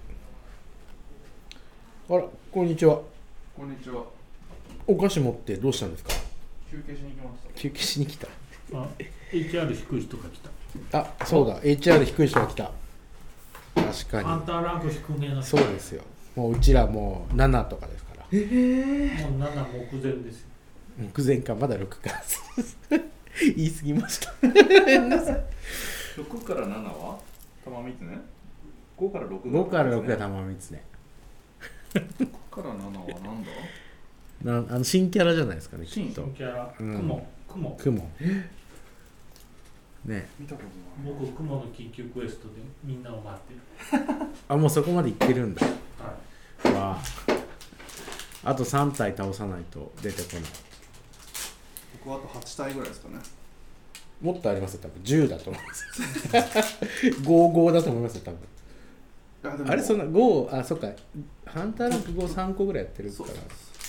A: あらこんにちは。
D: こんにちは。
A: お菓子持ってどうしたんですか。
D: 休憩しに来ました。
A: 休憩しに来た。
B: あ エイチアール 低い人が来た。
A: あそうだ エイチアール 低い人が来た。確かに
B: アンターランク低めな
A: そうですよ。もううちらもうななとかですから。
B: えー、もうなな目前ですよ。
A: 目前かまだろくか言い過ぎました
D: ろくからななは玉三つね。ごからろく
A: が、ね、ごからろくが玉三つね
D: ろくからななはなんだ
A: なあの新キャラじゃないですかね。
B: 新
A: きっと
B: キャラ、
A: うん、
B: クモンクモン
A: クモンね。
D: 見たことない。
B: 僕雲の緊急クエストでみんなを待ってる。
A: あ、もうそこまで行ってるんだ。
B: はい。
A: わあ。あとさん体倒さないと出てこない。
D: 僕はあとはち体ぐらいですかね。
A: もっとありますよ、多分じゅうだと思いますごじゅうごだと思いますよ、多分。
D: いやでも
A: あれそんなご、あ、そっか、ハンターランクごさんこぐらいやってるから、
D: そう
A: 確か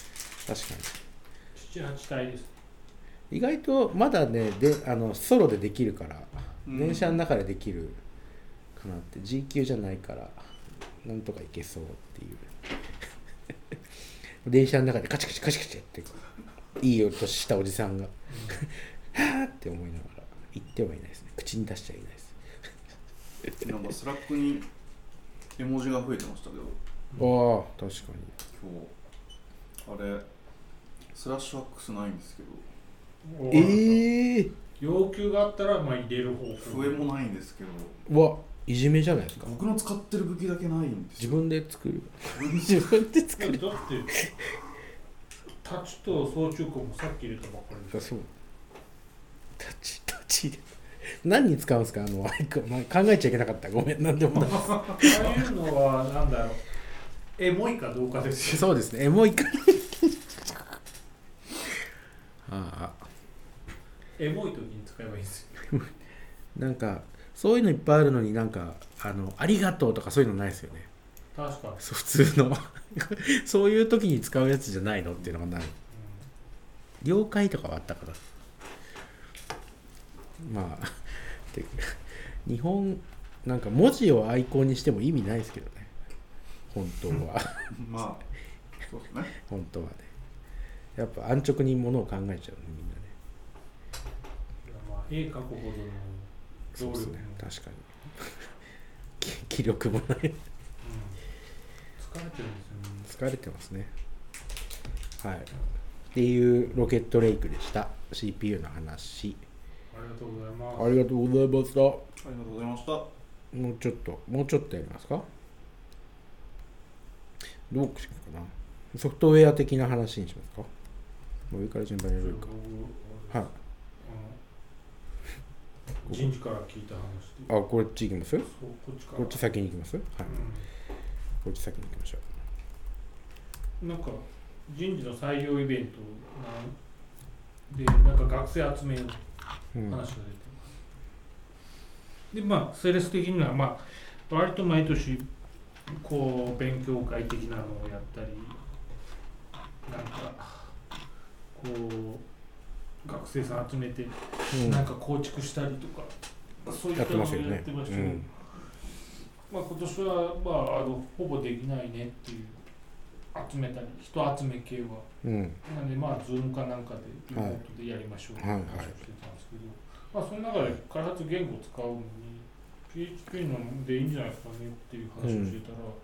B: ななはち体です。
A: に意外とまだね、であのソロでできるから、
D: うん
A: 電車の中でできるかなって、 ジー 級じゃないからなんとかいけそうっていう電車の中でカチカチカチカチっていい音したおじさんがはぁって思いながら言ってはいないですね。口に出しちゃいないです
D: なんかスラックに絵文字が増えてましたけど、
A: ああ、確かに。
D: 今日あれスラッシュアックスないんですけど、
A: ええー、
B: 要求があったらまあ入れる方法。
D: 笛もないんですけど、
A: うわ、いじめじゃないですか。
D: 僕の使ってる武器だけないんですよ。
A: 自分で作る自分で作る
B: だってタッチと操縦項もさっき入れたばっかりです。
A: そう。タッチタッチで何に使うんですか、あのアイコン、まあ、考えちゃいけなかった、ごめん、なんでもない
B: ああいうのはなんだろう、エモいかどうかですよ。
A: そうですね、エモいかああ、
B: エモい時に使えばいいんですよ。
A: なんかそういうのいっぱいあるのに、なんかあのありがとうとかそういうのないですよね。
B: 確かに。
A: そう普通のそういう時に使うやつじゃないのっていうのがない。了解とかはあったから、まあて日本なんか文字をアイコンにしても意味ないですけどね、本当は
D: まあそうですね。
A: 本当はね、やっぱ安直にものを考えちゃうね、みんなね。
B: まあ、絵描くほどの
A: そうですね、
B: 労
A: 確かに気力もない
B: うん、疲れてるんですよね。
A: 疲れてますね。はい、っていうロケットレイクでした。 シーピーユー の話、
B: ありがとうございます。
A: ありがとうございました。
D: ありがとうございました。
A: もうちょっともうちょっとやりますか。どうしようかな。ソフトウェア的な話にしますか。もう上から順番にやるか。はい。
B: あの人事から聞いた話で。
A: あ、こっち行きます。
B: そう、こっちから。
A: こっち先に行きます。はい。
B: う
A: こっち先に行きましょ
B: ん、なんか人事の採用イベントなんで、なんか学生集めよう
A: う。うん。
B: 話が出てます。で、まあセールス的にはまあ割と毎年こう勉強会的なのをやったり、なんかこう学生さん集めて
A: うん、
B: なんか構築したりとか、そういっ
A: やったて
B: のを
A: ますよね
B: やって。ましたけど、
A: うん。
B: まあ今年はまああのほぼできないねっていう集めたり人集め系は
A: うん。
B: なんでまあズームかなんかでリモートでやりましょうって
A: はい
B: 話をしてたんですけど、まあその中で開発言語を使うのに ピーエイチピー のでいいんじゃないですかねっていう話をしてたら、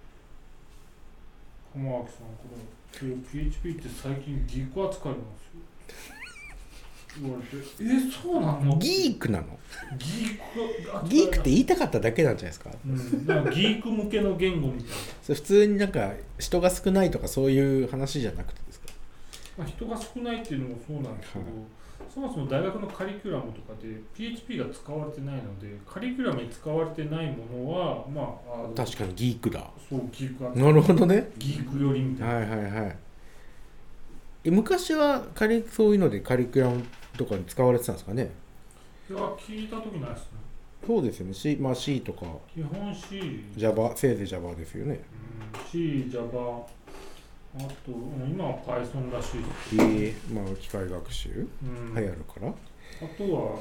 B: 浜脇さんこれ ピーエイチピー って最近ギーク扱いなんですよ言われて、えそうなの？
A: ギークなの？
B: ギーク
A: ギークって言いたかっただけなんじゃないですか。
B: うん、だからギーク向けの言語みたいな。
A: それ普通になんか人が少ないとかそういう話じゃなくてですか。
B: まあ、人が少ないっていうのもそうなんですけど、
A: はい
B: そもそも大学のカリキュラムとかで ピーエイチピー が使われてないので、カリキュラムに使われてないものはまああの
A: 確かにギークだ。
B: そうギークが
A: なるほどね。
B: ギーク寄りみたいな。
A: はいはいはい。え、昔はカリそういうのでカリキュラムとかに使われてたんですかね。
B: いや聞いた時ないですね。
A: そうですよね。C、まあ C とか
B: 基本 C、
A: Java、せいぜい Java ですよね。
B: うん、C、Java、あとうん今は Python らしいです。
A: ええ、まあ機械学習
B: うん、
A: 流行るから。
B: あとは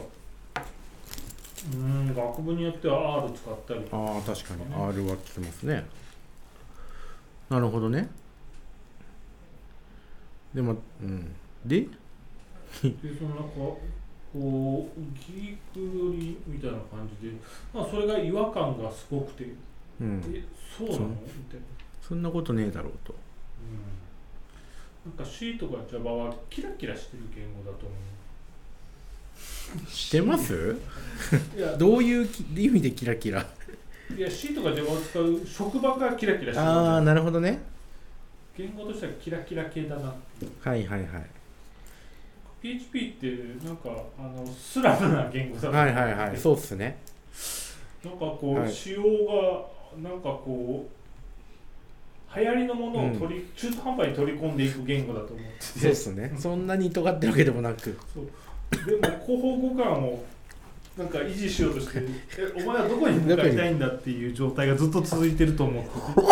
B: うん学部によっては R 使ったりとか、
A: ああ、確かに R は聞きますね。なるほどね。でも、うん。で、
B: でそのなんかこうギーク寄りみたいな感じで、まあそれが違和感がすごくて、
A: うん。
B: えそうなの
A: そう
B: みたいな。
A: そんなことねえだろうと。
B: うん、なんか C とか Java はキラキラしてる言語だと思
A: してます
B: う。いや
A: どういうき意味でキラキラ。
B: いや C とか Java を使う職場がキラキラしてる
A: ああ、なるほどね。
B: 言語としてはキラキラ系だな。
A: はいはいはい。
B: ピーエイチピー ってなんかあのスラムな言語だと思
A: はいはいはい、そうっすね。
B: なんかこう、
A: はい
B: 仕様がなんかこう流行りのものを取り、うん、中途半端に取り込んでいく言語だと思ってて、
A: そうっすね。そんなに尖ってるわけでもなく、
B: そうでも広報互換をなんか維持しようとしてえお前はどこに向かいたいんだっていう状態がずっと続いてると思って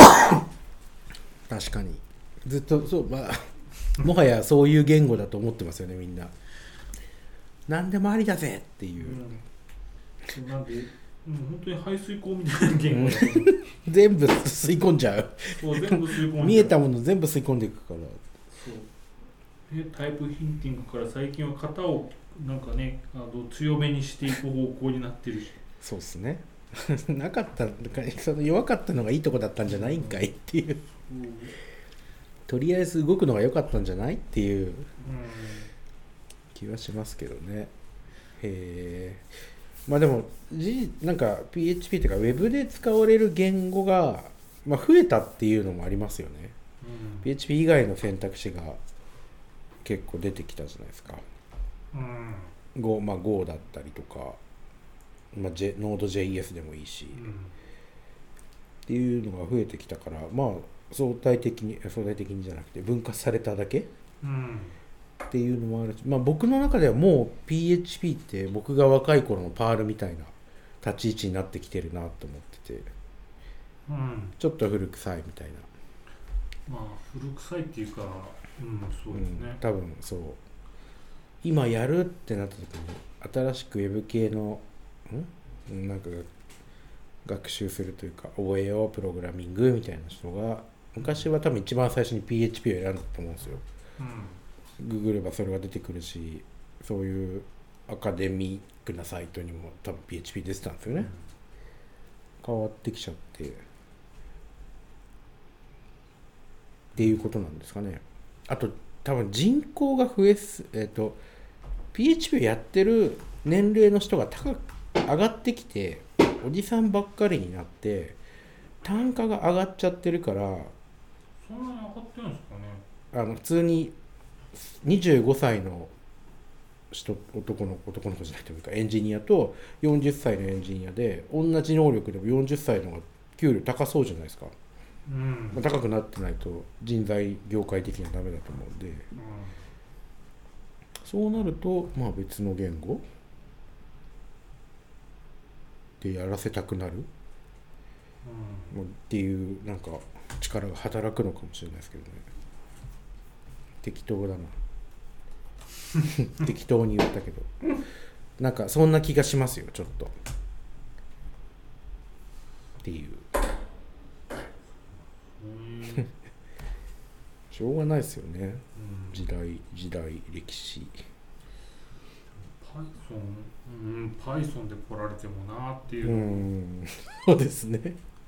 A: 確かにずっとそう、まあもはやそういう言語だと思ってますよね、みんな。何でもありだぜっていう、
B: うん、なんで、うん、本当に排水口みたいな言語だと思う
A: 全部吸い込んじゃう。
B: そう全部吸い込んじゃう。
A: 見えたもの全部吸い込んでいくから。
B: そうでタイプヒンティングから最近は型をなんかねあの強めにしていく方向になってるし。
A: そうですねなかったその弱かったのがいいとこだったんじゃないんかいっていう、うん、とりあえず動くのが良かったんじゃないっていう気はしますけどね。へえ。まあでもなんか ピーエイチピー というかウェブで使われる言語が、まあ、増えたっていうのもありますよね、うん、ピーエイチピー 以外の選択肢が結構出てきたじゃないですか、うん、Go、まあ、Go だったりとか、まあ、J、ノードジェイエス でもいいし、うん、っていうのが増えてきたから、まあ相対的に相対的にじゃなくて分割されただけ、うん、っていうのもあるし、まあ、僕の中ではもう ピーエイチピー って僕が若い頃のパールみたいな立ち位置になってきてるなと思ってて、うん、ちょっと古臭いみたいな。
B: まあ古臭いっていうか、うん、そうですね、
A: うん、多分そう今やるってなった時に新しくウェブ系のんなんか学習するというか覚えようプログラミングみたいな人が昔は多分一番最初に ピーエイチピー を選んだと思うんですよ、うん、ググればそれが出てくるし、そういうアカデミックなサイトにも多分 ピーエイチピー 出てたんですよね、うん、変わってきちゃってっていうことなんですかね。あと多分人口が増えす、えっと ピーエイチピー をやってる年齢の人が高く上がってきておじさんばっかりになって単価が上がっちゃってるから、
B: そんなに上がってるんですかね。
A: あの普通ににじゅうごさいの人男の男の子じゃなくてもいいかエンジニアとよんじゅっさいのエンジニアで同じ能力でもよんじゅっさいの方が給料高そうじゃないですか、うんまあ、高くなってないと人材業界的にはダメだと思うんで、うん、そうなるとまあ別の言語でやらせたくなる、うん、っていうなんか力が働くのかもしれないですけどね。適当だな適当に言ったけどなんかそんな気がしますよちょっとっていうしょうがないですよね、うん、時代時代歴史
B: Python、うん、Python で来られてもなっていう、
A: うんそうですね、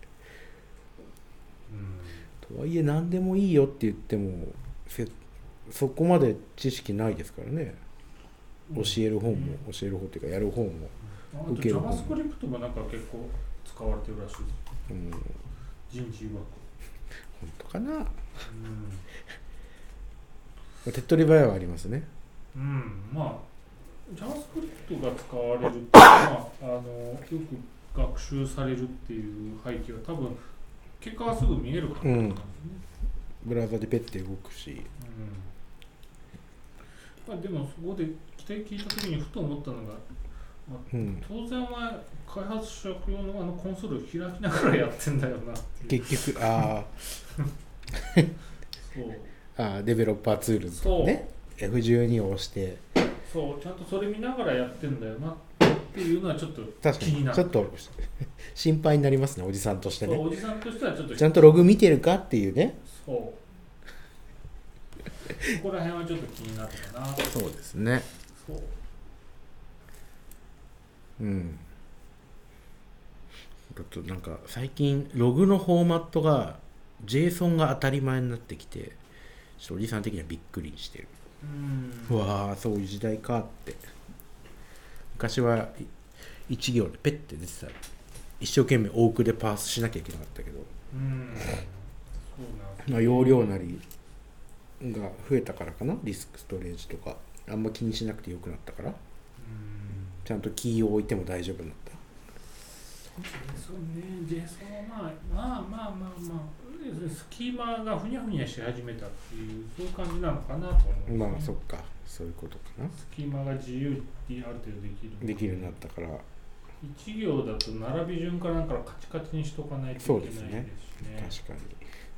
A: うん、とはいえ何でもいいよって言ってもそこまで知識ないですからね、うん、教える方も、うん、教える方っていうかやる方も、
B: うん、受ける方も JavaScript もなんか結構使われてるらしいです、うん、人事曰く
A: 本当かな、うん、手っ取り早いはありますね。
B: うんまあ JavaScript が使われるっていうのはあのよく学習されるっていう背景は多分結果がすぐ見えるからなんですね、
A: うん、ブラウザでペッて動くし、うん
B: まあ、でもそこで期待聞いた時にふと思ったのが、まあうん、当然お前開発者用のあのコンソールを開きながらやってんだよなっていう
A: 結局ああそうあデベロッパーツールとかね エフじゅうに を押して
B: そうちゃんとそれ見ながらやってんだよなっていうのはちょっと気になる。
A: ちょっと心配になりますねおじさんとしてね。
B: おじさんとしてはちょっと
A: ちゃんとログ見てるかっていうね。
B: そうそこら辺はちょっと気になるかな。
A: そうですね。そううんだとなんか最近ログのフォーマットが JSON が当たり前になってきてちょっとおじさん的にはびっくりしてる。うんうわあそういう時代かって。昔はいち行でペッて出てたら一生懸命多くでパースしなきゃいけなかったけど、うんそうなんまあ、容量なりが増えたからかな、ディスクストレージとかあんま気にしなくてよくなったから、
B: うん
A: ちゃんとキーを置いても大丈夫になった。
B: そうね、でそのまあまあまあまあまあスキーマがふにゃふにゃし始めたっていうそういう感じなのかなと思う、ね、
A: まあそっか、そういうことかな。
B: スキーマが自由にある程度できる
A: できるようになったから。
B: 一行だと並び順かなんかカチカチにしとかないといけないですしね。
A: 確かに。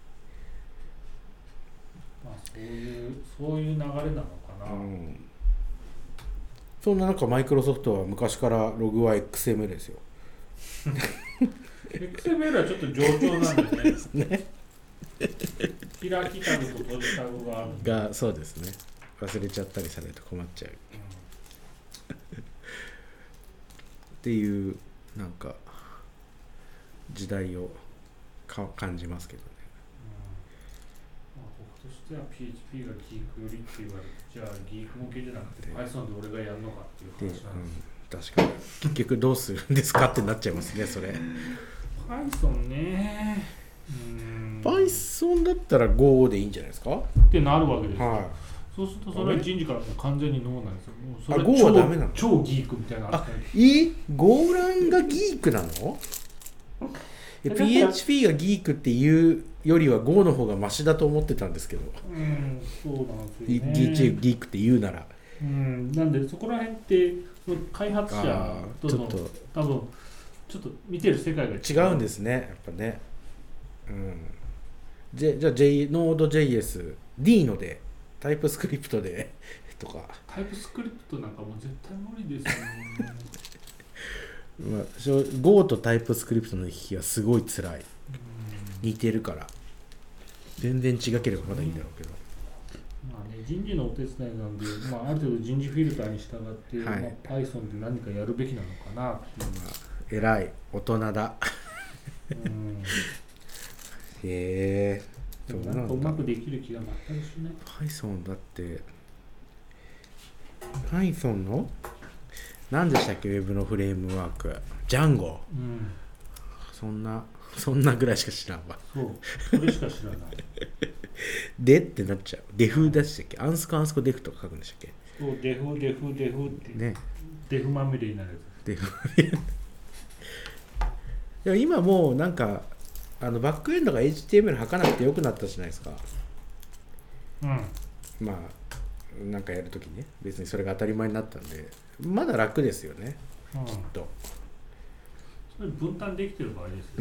B: まあそういうそういう流れなのかな。
A: うん、そんな中マイクロソフトは昔からログは エックスエムエル ですよ。
B: エックスエムエル はちょっと上長なんでね。
A: ね。
B: 開きタグと閉じタグがある
A: がそうですね。忘れちゃったりされると困っちゃう。
B: うん、
A: っていうなんか時代をか感じますけどね。
B: うん、まあ、僕としては ピーエイチピー がギークよりって言われて、じゃあギーク向けじゃなくて Python で俺がやるのかっていう話なんですよ。
A: 確かに結局どうするんですかってなっちゃいますねそれ。
B: Python ね、うん、
A: Python だったら Go でいいんじゃないですか
B: ってなるわけですよ、
A: はい、
B: そうするとそれは人事からもう完全にノーなんですよ。もうそれ
A: あ Go はダメなの？
B: 超ギークみたいな
A: あ、いい Go ランがギークなの？ピーエイチピー がギークっていうよりは Go の方がマシだと思ってたんですけど、
B: うん、そうなんですよね。
A: ギーギークって言うなら、
B: うん、なんでそこら辺って開発者との多分ちょっと見てる世界が違う。
A: 違うんですね、やっぱね。うん。じ, じゃあ J ノード ジェイエス D のでタイプスクリプトでとか。
B: タイプスクリプトなんかもう絶対無理ですよね。
A: まあ、Go とタイプスクリプトの行き来がすごい辛い。似てるから全然違ければまだいいんだろうけど、
B: まあね、人事のお手伝いなんで、まあ、ある程度人事フィルターに従って、
A: はい、
B: まあ、Python で何かやるべきなのかなっていう、
A: まあ、偉い大人だ。
B: うん
A: へえ。
B: でもなんかうまくできる気が全くしない。
A: Python だって Python の何でしたっけ、ウェブのフレームワーク、ジャンゴ、
B: うん、
A: そんなそんなぐらいしか知らんわ。
B: そう、それしか知らない。
A: でってなっちゃう。デフでしたっけ、アンスコアンスコデフとか書くんでしたっけ。
B: そう、デフデフデフって
A: ね、
B: デフまみれになるやつ。
A: デフでも今もうなんかあのバックエンドが エイチティーエムエル 書かなくてよくなったじゃないですか。
B: うん、
A: まあなんかやるときね、別にそれが当たり前になったんでまだ楽ですよね、
B: うん、
A: きっと。
B: それ分担できてる場合ですよ、
A: うん、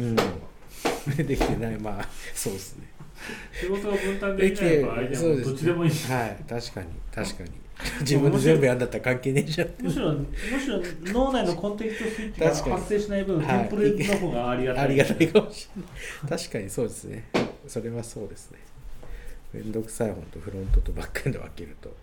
A: できてない、まあそうですね。
B: 仕事が分担できない場合でもどっちでもいいし、
A: はい、確かに確かに自分で全部やんだったら関係ねえじゃん。
B: むしろむしろ脳内のコンテキストスイッチが発生しない分、テンプレートの方がありがたい、
A: ありがたいかもしれない。確かにそうですね。それはそうですね。めんどくさい本とフロントとバックエンド分けると、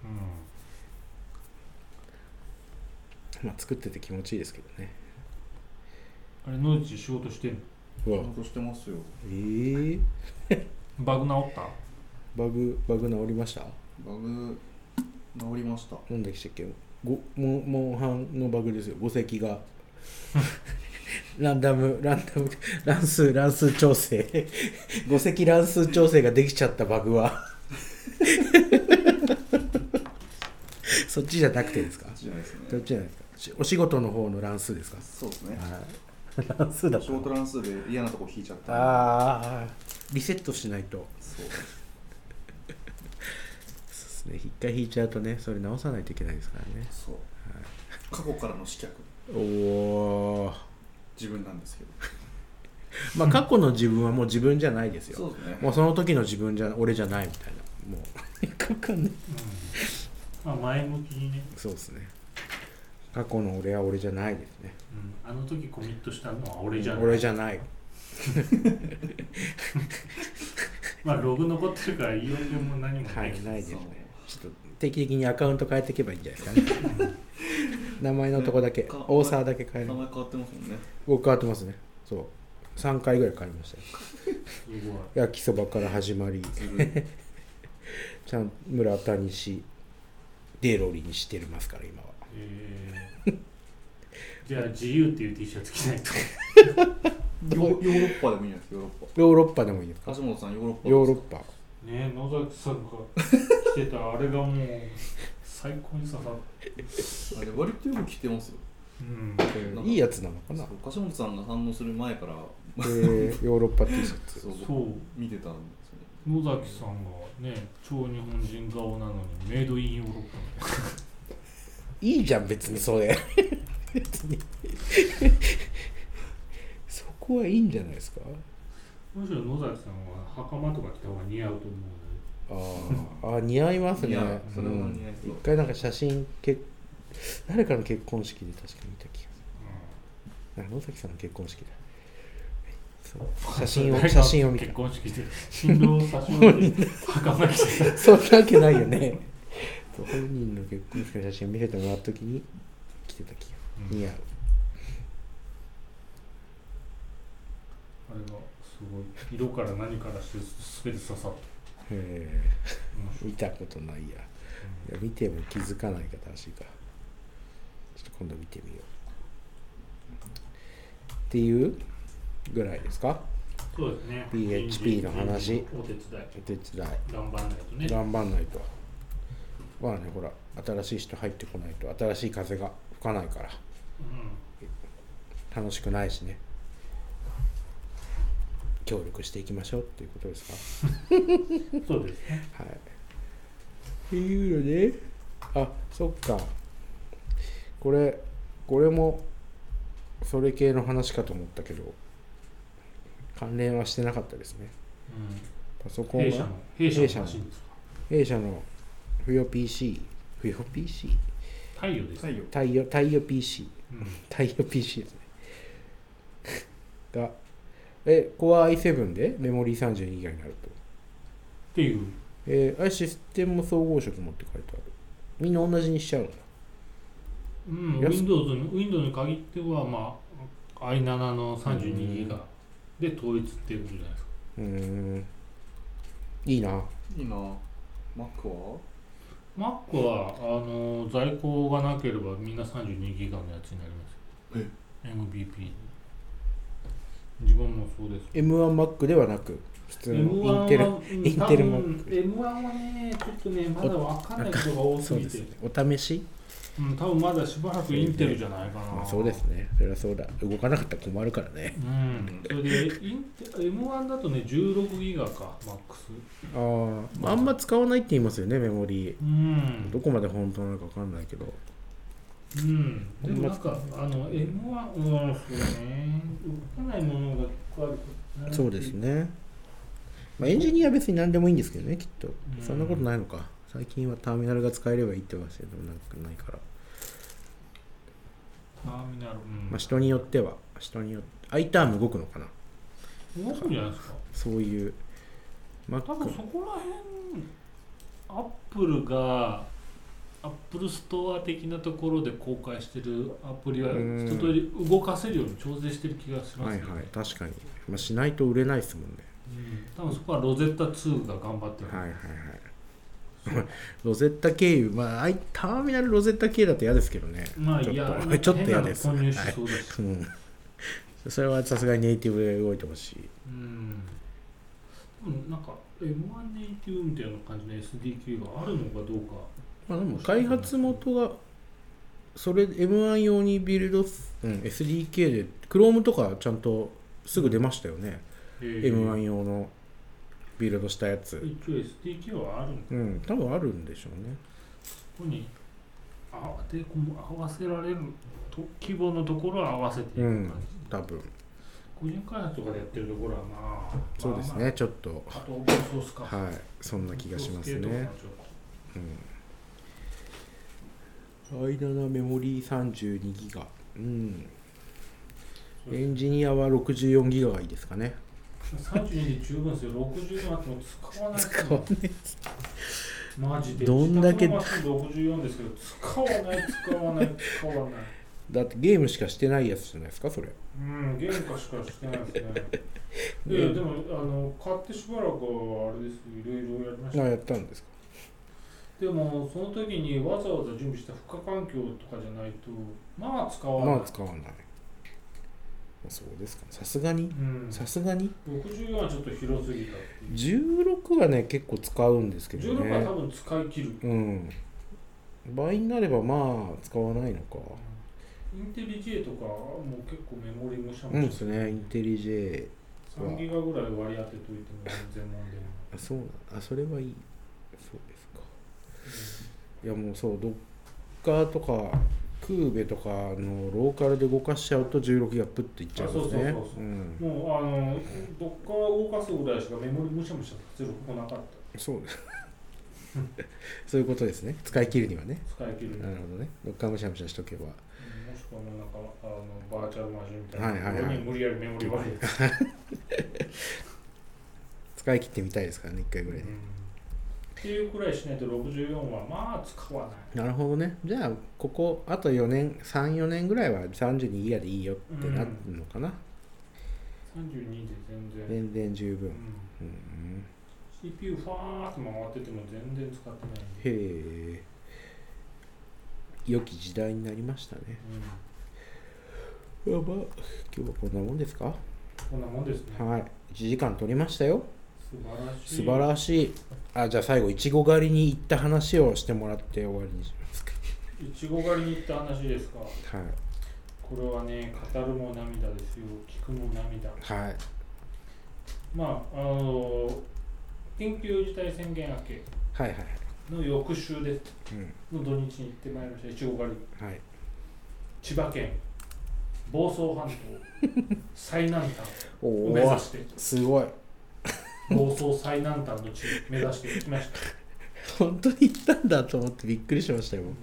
A: うん、まあ作ってて気持ちいいですけどね。
B: あれ、野内仕事してんの？
D: 仕事してますよ。
A: えー、
B: バグ直った？
A: バグバグ直りました？
D: バグ直りました。
A: なんだっけ、ごモンモンハンのバグですよ。語石がランダムランダム乱数乱数調整語石乱数調整ができちゃったバグはそっちじゃなくてですか？
D: そっちじゃないですね。
A: そっちじゃないですか。お仕事の方の乱数ですか？
D: そうですね。
A: 乱数だった。
D: 仕事乱数で嫌なとこ引いちゃった。
A: ああ、リセットしないと。
D: そう
A: そうですね。一回引いちゃうとね、それ直さないといけないですからね。
D: そう、はい、過去からの試脚。
A: おお。
D: 自分なんですけど。
A: まあ過去の自分はもう自分じゃないですよ。
D: そうですね。
A: もうその時の自分じゃ俺じゃないみたいな。もうよくわかんない。
B: うん、まあ前向きにね。
A: そうですね。過去の俺は俺じゃないですね。
B: うん、あの時コミットしたのは俺じゃない。
A: 俺じゃない。
B: まあログ残ってるから言い訳も何もない。
A: はい、ないですね。ちょっと定期的にアカウント変えていけばいいんじゃないですかね。名前のとこだけ、大沢だけ変える。
D: 名前変わってますもんね。
A: 僕変わってますね。そう。さんかいぐらい変わりましたよ。
B: すごい。
A: 焼きそばから始まり、ちゃん村田西デロリにしてますから今は。
B: えー、じゃあ自由っていう T シャツ着ないと。
D: ヨーロッパでもいいんですよ。
A: ヨーロッパでもいいですか？
D: 橋本さんヨーロッパ。
A: ヨーロッパ。
B: ねえ、野崎さんが着てたあれがもう最高に刺さった。
D: あれ割とよく来てますよ。
B: うん、
A: いいやつなのかな。
D: そう樫本さんが反応する前から
A: えー、ヨーロッパ T シャツ。
D: そう
B: そう
D: 見てたんですよね。
B: 野崎さんがね超日本人顔なのにメイドインヨーロッパ
A: いいじゃん別にそれ別にそこはいいんじゃないですか。
B: むしろ野崎さんは袴とか着た方が似合うと思う。
A: ああ似合いますね。
D: 似合うそれは似合いそう。
A: 一回なんか写真け誰かの結婚式で確か見た気がする。あ野崎さんの結婚式だ。そう写真を写真を見た。
B: 結婚式で新郎差し置いて袴着てた。
A: そんなわけないよね。本人の結婚式の写真を見せてもらった時に着てた気が似合う。
B: あれがすごい色から何からして全て刺さった。
A: へえ見たことないや。いや見ても気づかないか正しいか。ちょっと今度見てみよう。っていうぐらいですか。
B: そうですね。
A: ピーエイチピー の話。
B: お手伝い。
A: お手伝い。
B: 頑張んないとね。
A: 頑張んないと。まあねほら新しい人入ってこないと新しい風が吹かないから。うん、楽しくないしね。協力していきましょうっていうことですか。
B: そうですね。
A: はい。っていうので、あ、そっか。これ、これもそれ系の話かと思ったけど、関連はしてなかったですね。
B: うん、
A: パソコンが
B: 弊社の弊社の
A: 弊社の不要 ピーシー、不要 ピーシー、
B: 太陽です。
D: 太陽。
A: 太陽太陽 ピーシー、
B: うん、
A: 太陽 ピーシー ですね。がえ、Core アイセブン でメモリー さんじゅうにギガ になると。
B: っていう。
A: えー、あれシステム総合色もって書いてある。みんな同じにしちゃうんだ。
B: うん、Windows に Windows に限っては、まあ、アイセブン の さんじゅうにギガ で統一っていうことじゃないですか。
A: うーん。いいな。
D: いいな。Mac は
B: Mac はあの在庫がなければみんな さんじゅうにギガ のやつになりますよ。え エムビーピー。自分もそうです。
A: エムワンマック ではなく、普通のインテル、インテル Mac。
B: エムワン はね、ちょっとね、まだ分かんないことが多すぎて。
A: そうですね。お試し
B: うん、多分まだしばらくインテルじゃないかな。
A: まあ、そうですね。それはそうだ。動かなかったら困るからね。
B: うん。それで、インテ エムワン だとね、じゅうろくギガか、マックス。
A: ああ、あんま使わないって言いますよね、メモリー。
B: うん。
A: どこまで本当なのか分かんないけど。
B: うん。でもなんか、あの、エムワン、うん、そうね。動かないものが結構あると、
A: そうですね。まあ、エンジニアは別に何でもいいんですけどね、きっと。
B: うん
A: そんなことないのか。最近はターミナルが使えればいいってますけど、なんかないから。
B: ターミナル、うん。
A: まあ、人によっては、人によって、アイターム動くのかな。
B: 動くんじゃないですか。
A: そういう。
B: 多分そこら辺、アップルが、アップルストア的なところで公開してるアプリは
A: うん
B: 一通り動かせるように調整してる気がしますけど、
A: はいはい、確かに。まあ、しないと売れないですもんね。
B: うん、多分そこはロゼッタツーが頑張ってる。
A: はいはいはい。ロゼッタ経由、まあ、アイターミナルロゼッタ経由だと嫌ですけどね。
B: まあ、
A: ちょっと
B: いや、
A: ちょっと嫌です。
B: 変なの混入しそうだし。
A: はい、うん。それはさすがにネイティブで動いてほしい。
B: うん。でもなんか エムワン ネイティブみたいな感じの エスディーケー があるのかどうか。
A: まあ、でも開発元がそれ エムワン 用にビルド、うん、エスディーケー で Chrome とかちゃんとすぐ出ましたよね、
B: えー、
A: エムワン 用のビルドしたやつ。
B: 一応 エスディーケー はあるのか、
A: うん、多分あるんでしょうね。
B: そこにあでこう合わせられると規模のところは合わせていく感じ、うん、
A: 多分
B: 個人開発とかでやってるところはまあ
A: そうですね、
B: まあ、
A: ちょっと
B: あとオープンソースか、
A: はいそんな気がしますね。うん、アイセブン メモリー さんじゅうにギガ、うん、エンジニアはろくじゅうよんギガがいいですかね。
B: さんじゅうにで十分ですよ。ろくじゅうよんあっても使わない。
A: 使わない。
B: マジで。
A: どんだけ
B: ろくじゅうよんですけど、使わない、使わない、使わない。
A: だってゲームしかしてないやつじゃないですか、それ。
B: うん、ゲームかしかしてないですね。いや、でも、あの、買ってしばらくはあれです、いろいろやりました。
A: あ、やったんですか。
B: でも、その時にわざわざ準備した負荷環境とかじゃないと、まあ使わない。
A: まあ使わない。そうですか、さすがにさすがに
B: ろくじゅうよんはちょっと広すぎたっていう。
A: じゅうろくはね結構使うんですけどね。
B: じゅうろくは多分使い切る。
A: うん倍になればまあ使わないのか。
B: インテリ J とかもう結構メモリむしゃ
A: うん
B: むしゃ
A: ですね、インテリ J。
B: さんギガぐらい割り当てといても全然問題ない。
A: あ、そうなあ、それはいい。そうですか。いやもうそう、ドッカーとかクーベとかのローカルで動かしちゃうとじゅうろくギガプッといっちゃうんですね。
B: あそうそうそうそう、
A: うん、
B: もうあのどっから動かすぐらいしかメモリむしゃむしゃゼロこなかった。
A: そうです。そういうことですね。使い切るにはね。
B: 使い切るには
A: なるほどね。どっかむしゃむしゃしとけば。
B: もしくはもうなんかあのバーチャルマシンみたいな
A: はいはいはい
B: ところに無理やりメモリ割り
A: 使い切ってみたいですからね、いっかいぐらいで、
B: うん、っていうくらいしないとろくじゅうよんはまあ使わない。
A: なるほどね。じゃあここあとよねんさんよねんぐらいはさんじゅうにギガでいいよってなってるのかな、
B: さんじゅうにで全然
A: 全然十分、
B: うん
A: うん、
B: シーピーユー ファーって回ってても全然使ってないんで、
A: へえ、良き時代になりましたね。
B: うん、
A: やば、今日はこんなもんですか。
B: こんなもんですね。
A: はい、いちじかん取りましたよ。
B: 素晴らしい。
A: 素晴らしい。あ、じゃあ最後いちご狩りに行った話をしてもらって終わりにしますか。
B: いちご狩りに行った話ですか。
A: はい
B: これはね、語るも涙ですよ、聞くも涙。
A: はい。
B: まあ、あの緊急事態宣言明け
A: はいはいはい。
B: の翌週です、
A: うん、
B: の土日に行ってまいりました。いちご狩り、
A: はい。
B: 千葉県房総半島最南端
A: お
B: を目指して
A: すごい。
B: 房総最南端の地目指して行きました。
A: 本当に行ったんだと思ってびっくりしましたよ。
B: うん、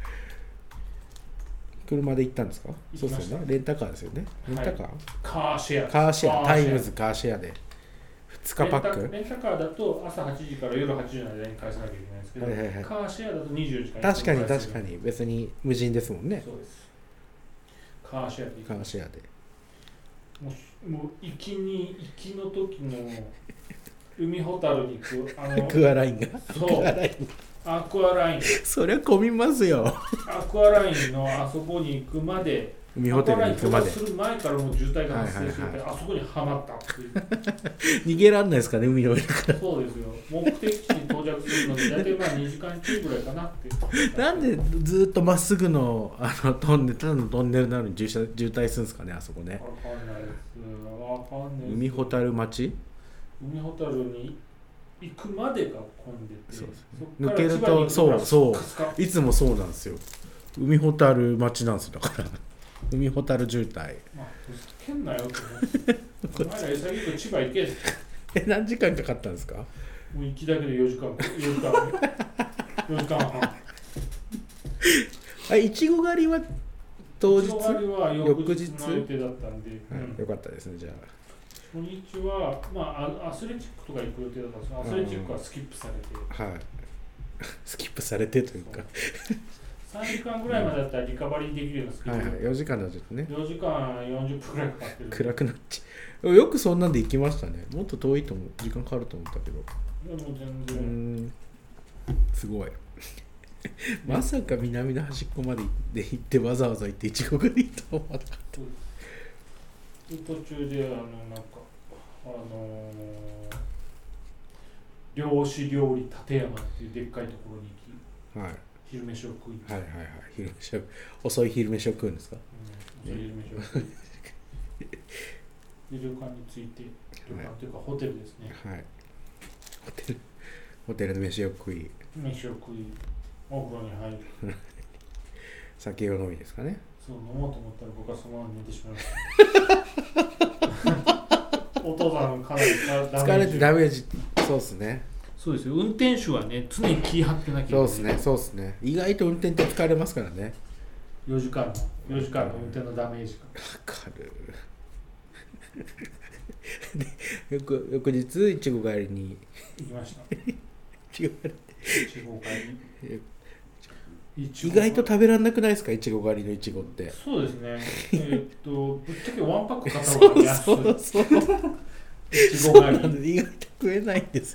A: 車で行ったんですか。そう
B: 行きました
A: ですよね。レンタカーですよね。レンタカー、
B: はい、カーシェア
A: カーシェア、
B: カ
A: タイムズカーシェアでふつかパック。
B: レンタ、レンタカーだと朝はちじから夜はちじの間に返さなきゃいけないんですけど、
A: はいはいはい、
B: カーシェアだとにじゅうよじかん
A: 確かに
B: 返せる。
A: 確かに別に無人ですもんね。
B: そうです。カーシェアで行き
A: カ
B: ました。
A: ーシェアで。
B: もう、もう行きに行きの時の海ほたるに行くあの
A: アクアラインが。
B: そう
A: アクアライン。
B: アクアライン
A: そりゃ混みますよ。
B: アクアラインのあそこに行くまで、
A: 海ホテルに行くまで
B: アクアライン到達する前からもう渋滞が発生していて、
A: はいはい
B: あそこにはまったっていう
A: 逃げらんないですかね、海の上から。
B: そうですよ。目的地に到着するので大体まあにじかんちょいぐらいかなって
A: なんでずっとまっすぐのあのトンネル、ただのトンネルなのに渋滞渋滞するんですかね、あそこね。
B: わかんないです。わかんないです。
A: 海ほたる町。
B: 海ほたるに行くまでが混んでて、
A: そうですね
B: そっから
A: 抜けると
B: 千葉に行くから
A: そうそう
B: スカスカ
A: いつもそうなんですよ。海ほたる町なんですよ、だから。海ほたる渋滞。
B: まあ、ふざけんなよって思ってお前ら潔く千葉行けって
A: え、何時間かかったんですか。
B: もう行きだけでよじかんよじかんよじかんはん。
A: あ、いちご狩りは当日。
B: いちご狩りは翌日の予定だったんで、
A: はい、
B: うん
A: よかったですね、じゃ
B: 初日は、まあ、アスレチックとか行く予定だったんですけど、アスレチックはスキップされて、
A: あ。はい。スキップされてというか。
B: さんじかんぐらいまでだったらリカバリーできるようなスキップ、
A: はいはい、よじかんだとちょっとね。
B: よじかんよんじゅっぷんぐらいかかってる。
A: 暗くなっちゃう。よくそんなんで行きましたね。もっと遠いと思う、時間かかると思ったけど。
B: でも全
A: うー
B: 然。
A: ん、すごい。まさか南の端っこまで行って行ってわざわざ行っていちご狩りと思わなかっ
B: で途中であのなんかあのー、漁師料理立山っていうでっかいところに行き、
A: た。はい。
B: 昼飯を食いに、
A: はいはいはい。昼飯を遅い昼飯を食うんですか。
B: うん、昼飯を食いで旅館に着いて、旅館というかホテルですね、
A: はい。ホテルホテルの飯を食い、
B: 飯を食い、お風呂に入る、
A: 酒を飲みですかね。
B: そう飲もうと思ったら僕はそのまま寝てしまいましたお父さんかなり
A: 疲れてダメージ。そうですね。
B: そうですよ。運転手はね、常に気張ってなきゃいけない。
A: そうですね。そうですね。意外と運転って疲れますからね。
B: よじかんのよじかんの運転のダメージが。
A: わかる。で翌翌日いちご狩りに
B: 行きました。
A: いちご狩
B: いちご狩り。
A: り意外と食べられなくないですか、いちご狩りのいちごって。
B: そうですね。えーっとぶっちゃけワンパック買った
A: そう
B: 方が安い。
A: そうそう。
B: いちご狩り。
A: そうなんです。意外と食えないんですよ。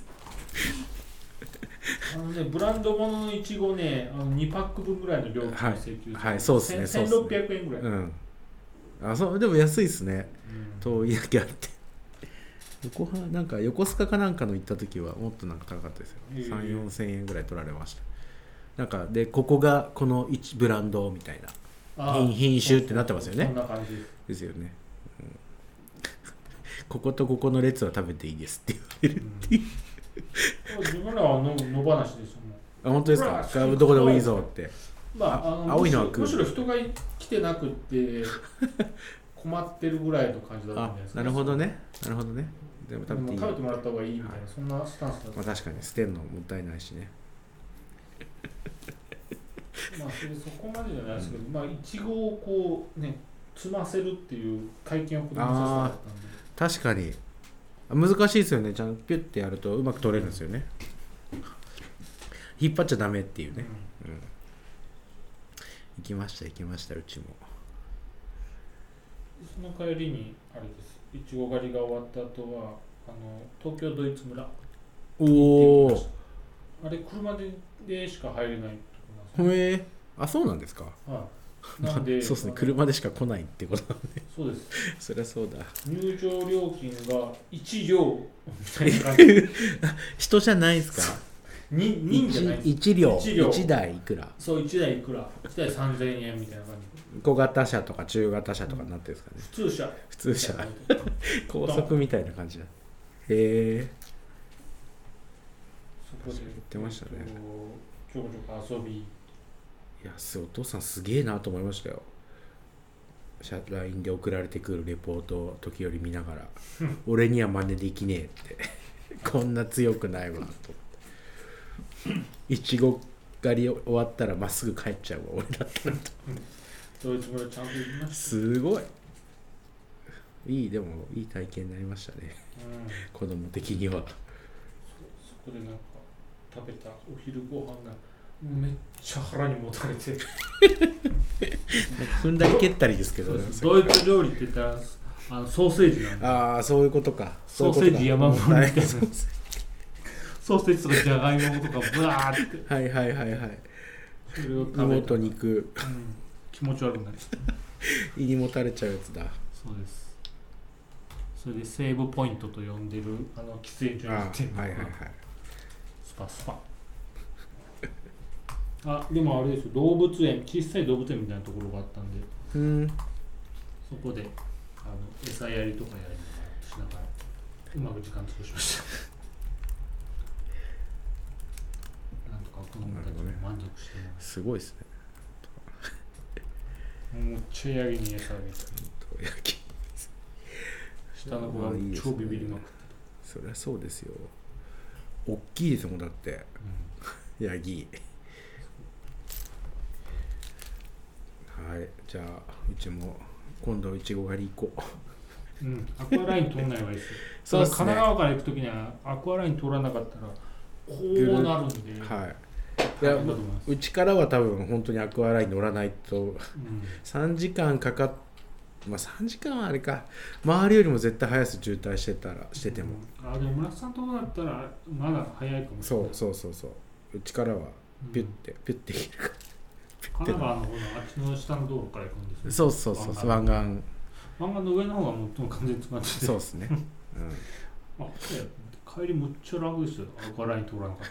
B: あのね、ブランド物のいちごね、あのにパック分ぐらいの料金を請求する、
A: はいはいそうですね
B: せんろっぴゃくえんぐらい。
A: うん。あ、そうでも安いですね。
B: うん
A: 遠いだけあって。横浜なんか横須賀かなんかの行った時はもっとなんか高かったですよ。
B: へえ
A: さん、よんせんえんぐらい取られました。 なんかでここがこの一ブランドみたいな
B: あ
A: 品品種ってなってますよね。
B: そんな感じです。
A: ですよね、うん、こことここの列は食べていいですって言われるっていう、
B: うん、自分らはの野放しですよね。
A: あ本当ですか。どこでもいいぞって。
B: まあ、あの青いのは食う。むしろ人が来てなくって困ってるぐらいの感じだったんじゃないですか。
A: なるほどねなるほどね。でも食べていい、
B: 食べてもらった方がいいみたいな、はい、そんなスタンスだった。
A: まあ、確かに捨てるのもったいないしね
B: まあそれそこまでじゃないですけど、うん、まあいちごをこうね積ませるっていう体験を子供させたかったんで。
A: 確かに難しいですよね。ちゃんとピュッてやるとうまく取れるんですよね、うん、引っ張っちゃダメっていうね、うんうん、行きました行きましたうちも。
B: その帰りにあれです、いちご狩りが終わった後はあの東京ドイツ村。おお。あれ車ででしか入れないところなんです
A: ね。へえ。あ、そうなんですか。
B: はい。なんで
A: そうですね。車でしか来ないってことなんで。
B: そうです。
A: そりゃそうだ。
B: 入場料金がいち両みたいな感じ。
A: 人じゃないですか。
B: に人じゃないです。
A: いち両。いちだいいくら。
B: そういちだいいくら。いちだいさんぜんえんみたいな感じ。
A: 小型車とか中型車とかになってるんですかね。
B: 普通車。
A: 普通車。高速みたいな感じだ。へえ。
B: そこで
A: 言ってましたね。
B: ちょこちょこ遊び。い
A: や、お父さんすげえなと思いましたよ。ライン で送られてくるレポートを時折見ながら俺には真似できねえってこんな強くないわと思っていちご狩り終わったらまっすぐ帰っちゃうわ俺だったらと
B: ドイツ村ちゃんと行きました。
A: すごいいいでもいい体験になりましたね、うん、子供的には。 そ,
B: そこでなんか食べたお昼ご飯がめっちゃ腹にもたれて
A: 踏んだり蹴ったりですけど、ね、
B: ドイツ料理って言ったらあのソーセージなんで。あ
A: あそういうことか。
B: ソーセージ山盛りみたいなソーセージとかじゃがいもとかブワーって
A: はいはいはいはい
B: それを食べた
A: 芋と肉、うん、
B: 気持ち悪くなる
A: 胃にもたれちゃうやつだ。
B: そうです。それでセーブポイントと呼んでるあの寄生虫になってるのがはいはいはいスパスパあ、でもあれですよ、動物園、小さい動物園みたいなところがあったんで、
A: うん
B: そこであの餌やりとかやりしながらうまく時間潰しましたなんとか子供たちも満足してます。
A: すごいです
B: ね。もうちょいヤギに餌あげて下の子が超ビビりまくってた。
A: そりゃそうですよ。大きいですもんだって、うん、ヤギ。はい、じゃあうちも今度いちご狩り行こ
B: う。うん、アクアライン通んないわけですよ。そうですね。神奈川から行くときにはアクアライン通らなかったらこうなるんで。
A: はい。いやうちからは多分本当にアクアライン乗らないと、うん、さんじかんかかっまあさんじかんはあれか周りよりも絶対早く渋滞してたらしてても、
B: うん、あでも村瀬さんとこだったらまだ早いかもしれない。
A: そうそうそうそううちからはピュッて、うん、ピュッて行けるから
B: 神奈川の方のあっちの下の道路から行くんですよ。
A: そうそうそう、湾岸。
B: 湾岸の上の方がもう完全に詰まってて。
A: そうですね。うん、
B: あ、帰りむっちゃ楽ですよ。アクアライン通らなかった。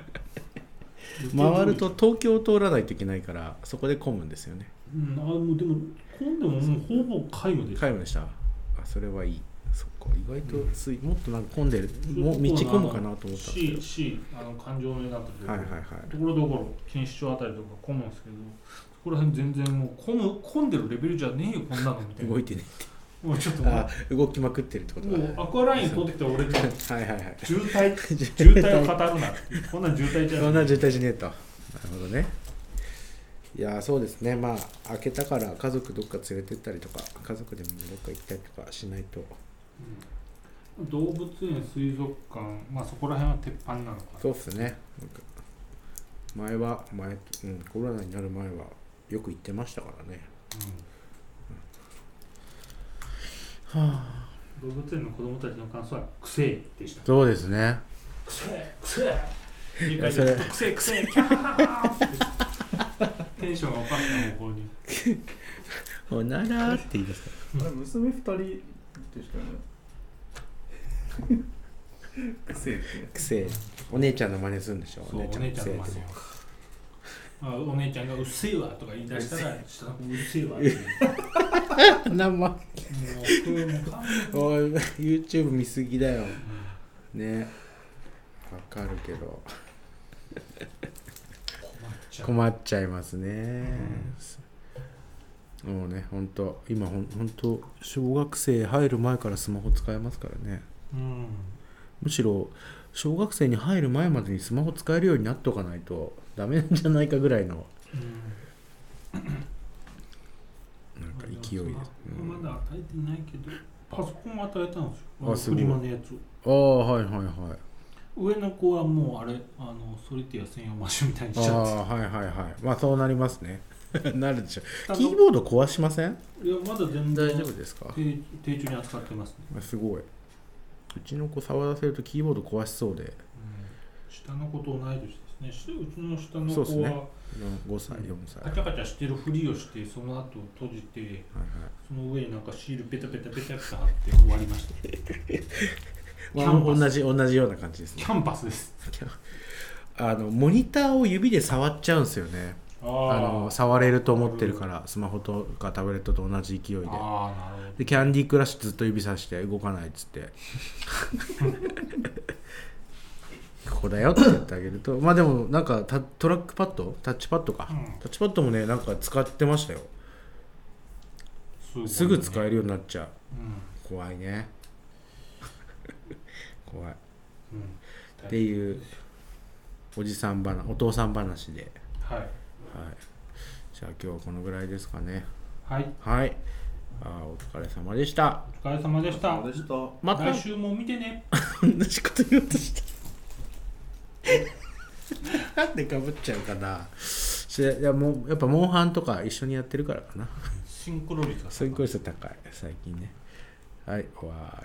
A: 回ると東京を通らないといけないからそこで混むんですよね。
B: うん、あもうでも混んでももうほぼ皆無でした。
A: 皆無でした。あ、それはいい。そっか、意外とすい、うん、もっとなんか混んでる、もう道混むかなと思ったんですけど。
B: C、あの環状になってる
A: はいはいはい。
B: ところどころ錦糸町あたりとか混むんですけど、そこら辺全然もう混む混んでるレベルじゃねえよこんなのみたいな。
A: 動いてね
B: え。もうちょっと
A: あ動きまくってるってことだ。
B: もうアクアライン通ってきた俺で
A: はいはいはい。
B: 渋滞渋滞を語るな。こんな渋滞じゃねえ。
A: こんな渋滞じゃねえと。なるほどね。いやそうですね。まあ開けたから家族どっか連れてったりとか家族でもどっか行ったりとかしないと。
B: うん、動物園水族館まあそこら辺は鉄板なのかな。
A: そうですね。前は前、うん、コロナになる前はよく行ってましたからね。
B: うんうん、はあ、動物園の子供たちの感想はくせえでした。
A: そうですね。
B: くせえくせえ。くせえくせえキャーテンションがおかしな方向に。
A: おならって言いますか。
D: あれ娘二人でしたよね。くせえって。
A: くせえ。お姉ちゃんの真似するんでしょ。
B: そうお姉ちゃんの真似を。 あお姉ちゃんがうっせえわとか言い出したら下の子うっせえわって
A: 生
B: もうこれもう完璧に
A: おい YouTube 見すぎだよね。わかるけど
B: 困っちゃう。
A: 困っちゃいますね、もうねほんと今ほんほんと小学生入る前からスマホ使えますからね。
B: うん
A: むしろ小学生に入る前までにスマホ使えるようになっとかないとダメなんじゃないかぐらいの
B: うん
A: なんか勢いで、うん、
B: まだ与えてないけどパソコンも与えたんですよ。
A: あすごい
B: フリマのやつ
A: ああはいはいはい
B: 上の子はもうあれあのソリティア専用マシンみたいにしち
A: あ
B: ゃって
A: あはいはいはいまあそうなりますねなるでしょ
B: あの
A: キーボード壊しません？
B: いやまだ全然
A: 大丈夫ですか？
B: 低低中に扱ってますね、
A: すごい。うちの子触らせるとキーボード壊しそうで、
B: うん、下の子と同い年ですね。しうちの下の
A: そうですね
B: 子は
A: ごさいよんさい、
B: カチャカチャしてるふりをしてその後閉じて
A: はいはい、
B: その上になんかシールペタペタペタペタ貼って終わりました。
A: まあ、
B: キャンパス
A: 同じ同じような感じですね。
B: キャンパスです。
A: あのモニターを指で触っちゃうんですよね。
B: あ
A: あの触れると思ってるからスマホとかタブレットと同じ勢いで。
B: あーなるほど。
A: でキャンディークラッシュずっと指さして動かないっつってここだよって言ってあげるとまあでもなんかタトラックパッドタッチパッドか、
B: うん
A: タッチパッドもねなんか使ってましたよ。すぐ使えるようになっちゃう。
B: うん
A: 怖いね怖いっ
B: うん
A: ていうおじさん話お父さん話で、
B: はい
A: はい、じゃあ今日はこのぐらいですかね。
B: はい
A: はいあお疲れ様でした。
B: お疲れ様でした。
D: でした。
A: また
B: 来週も見てね。
A: 同じこと言おうとしたなんでかぶっちゃうかな。しいやもうやっぱモンハンとか一緒にやってるからかな。
B: シンクロ率が高い
A: すごい高い最近ね。はい終わり。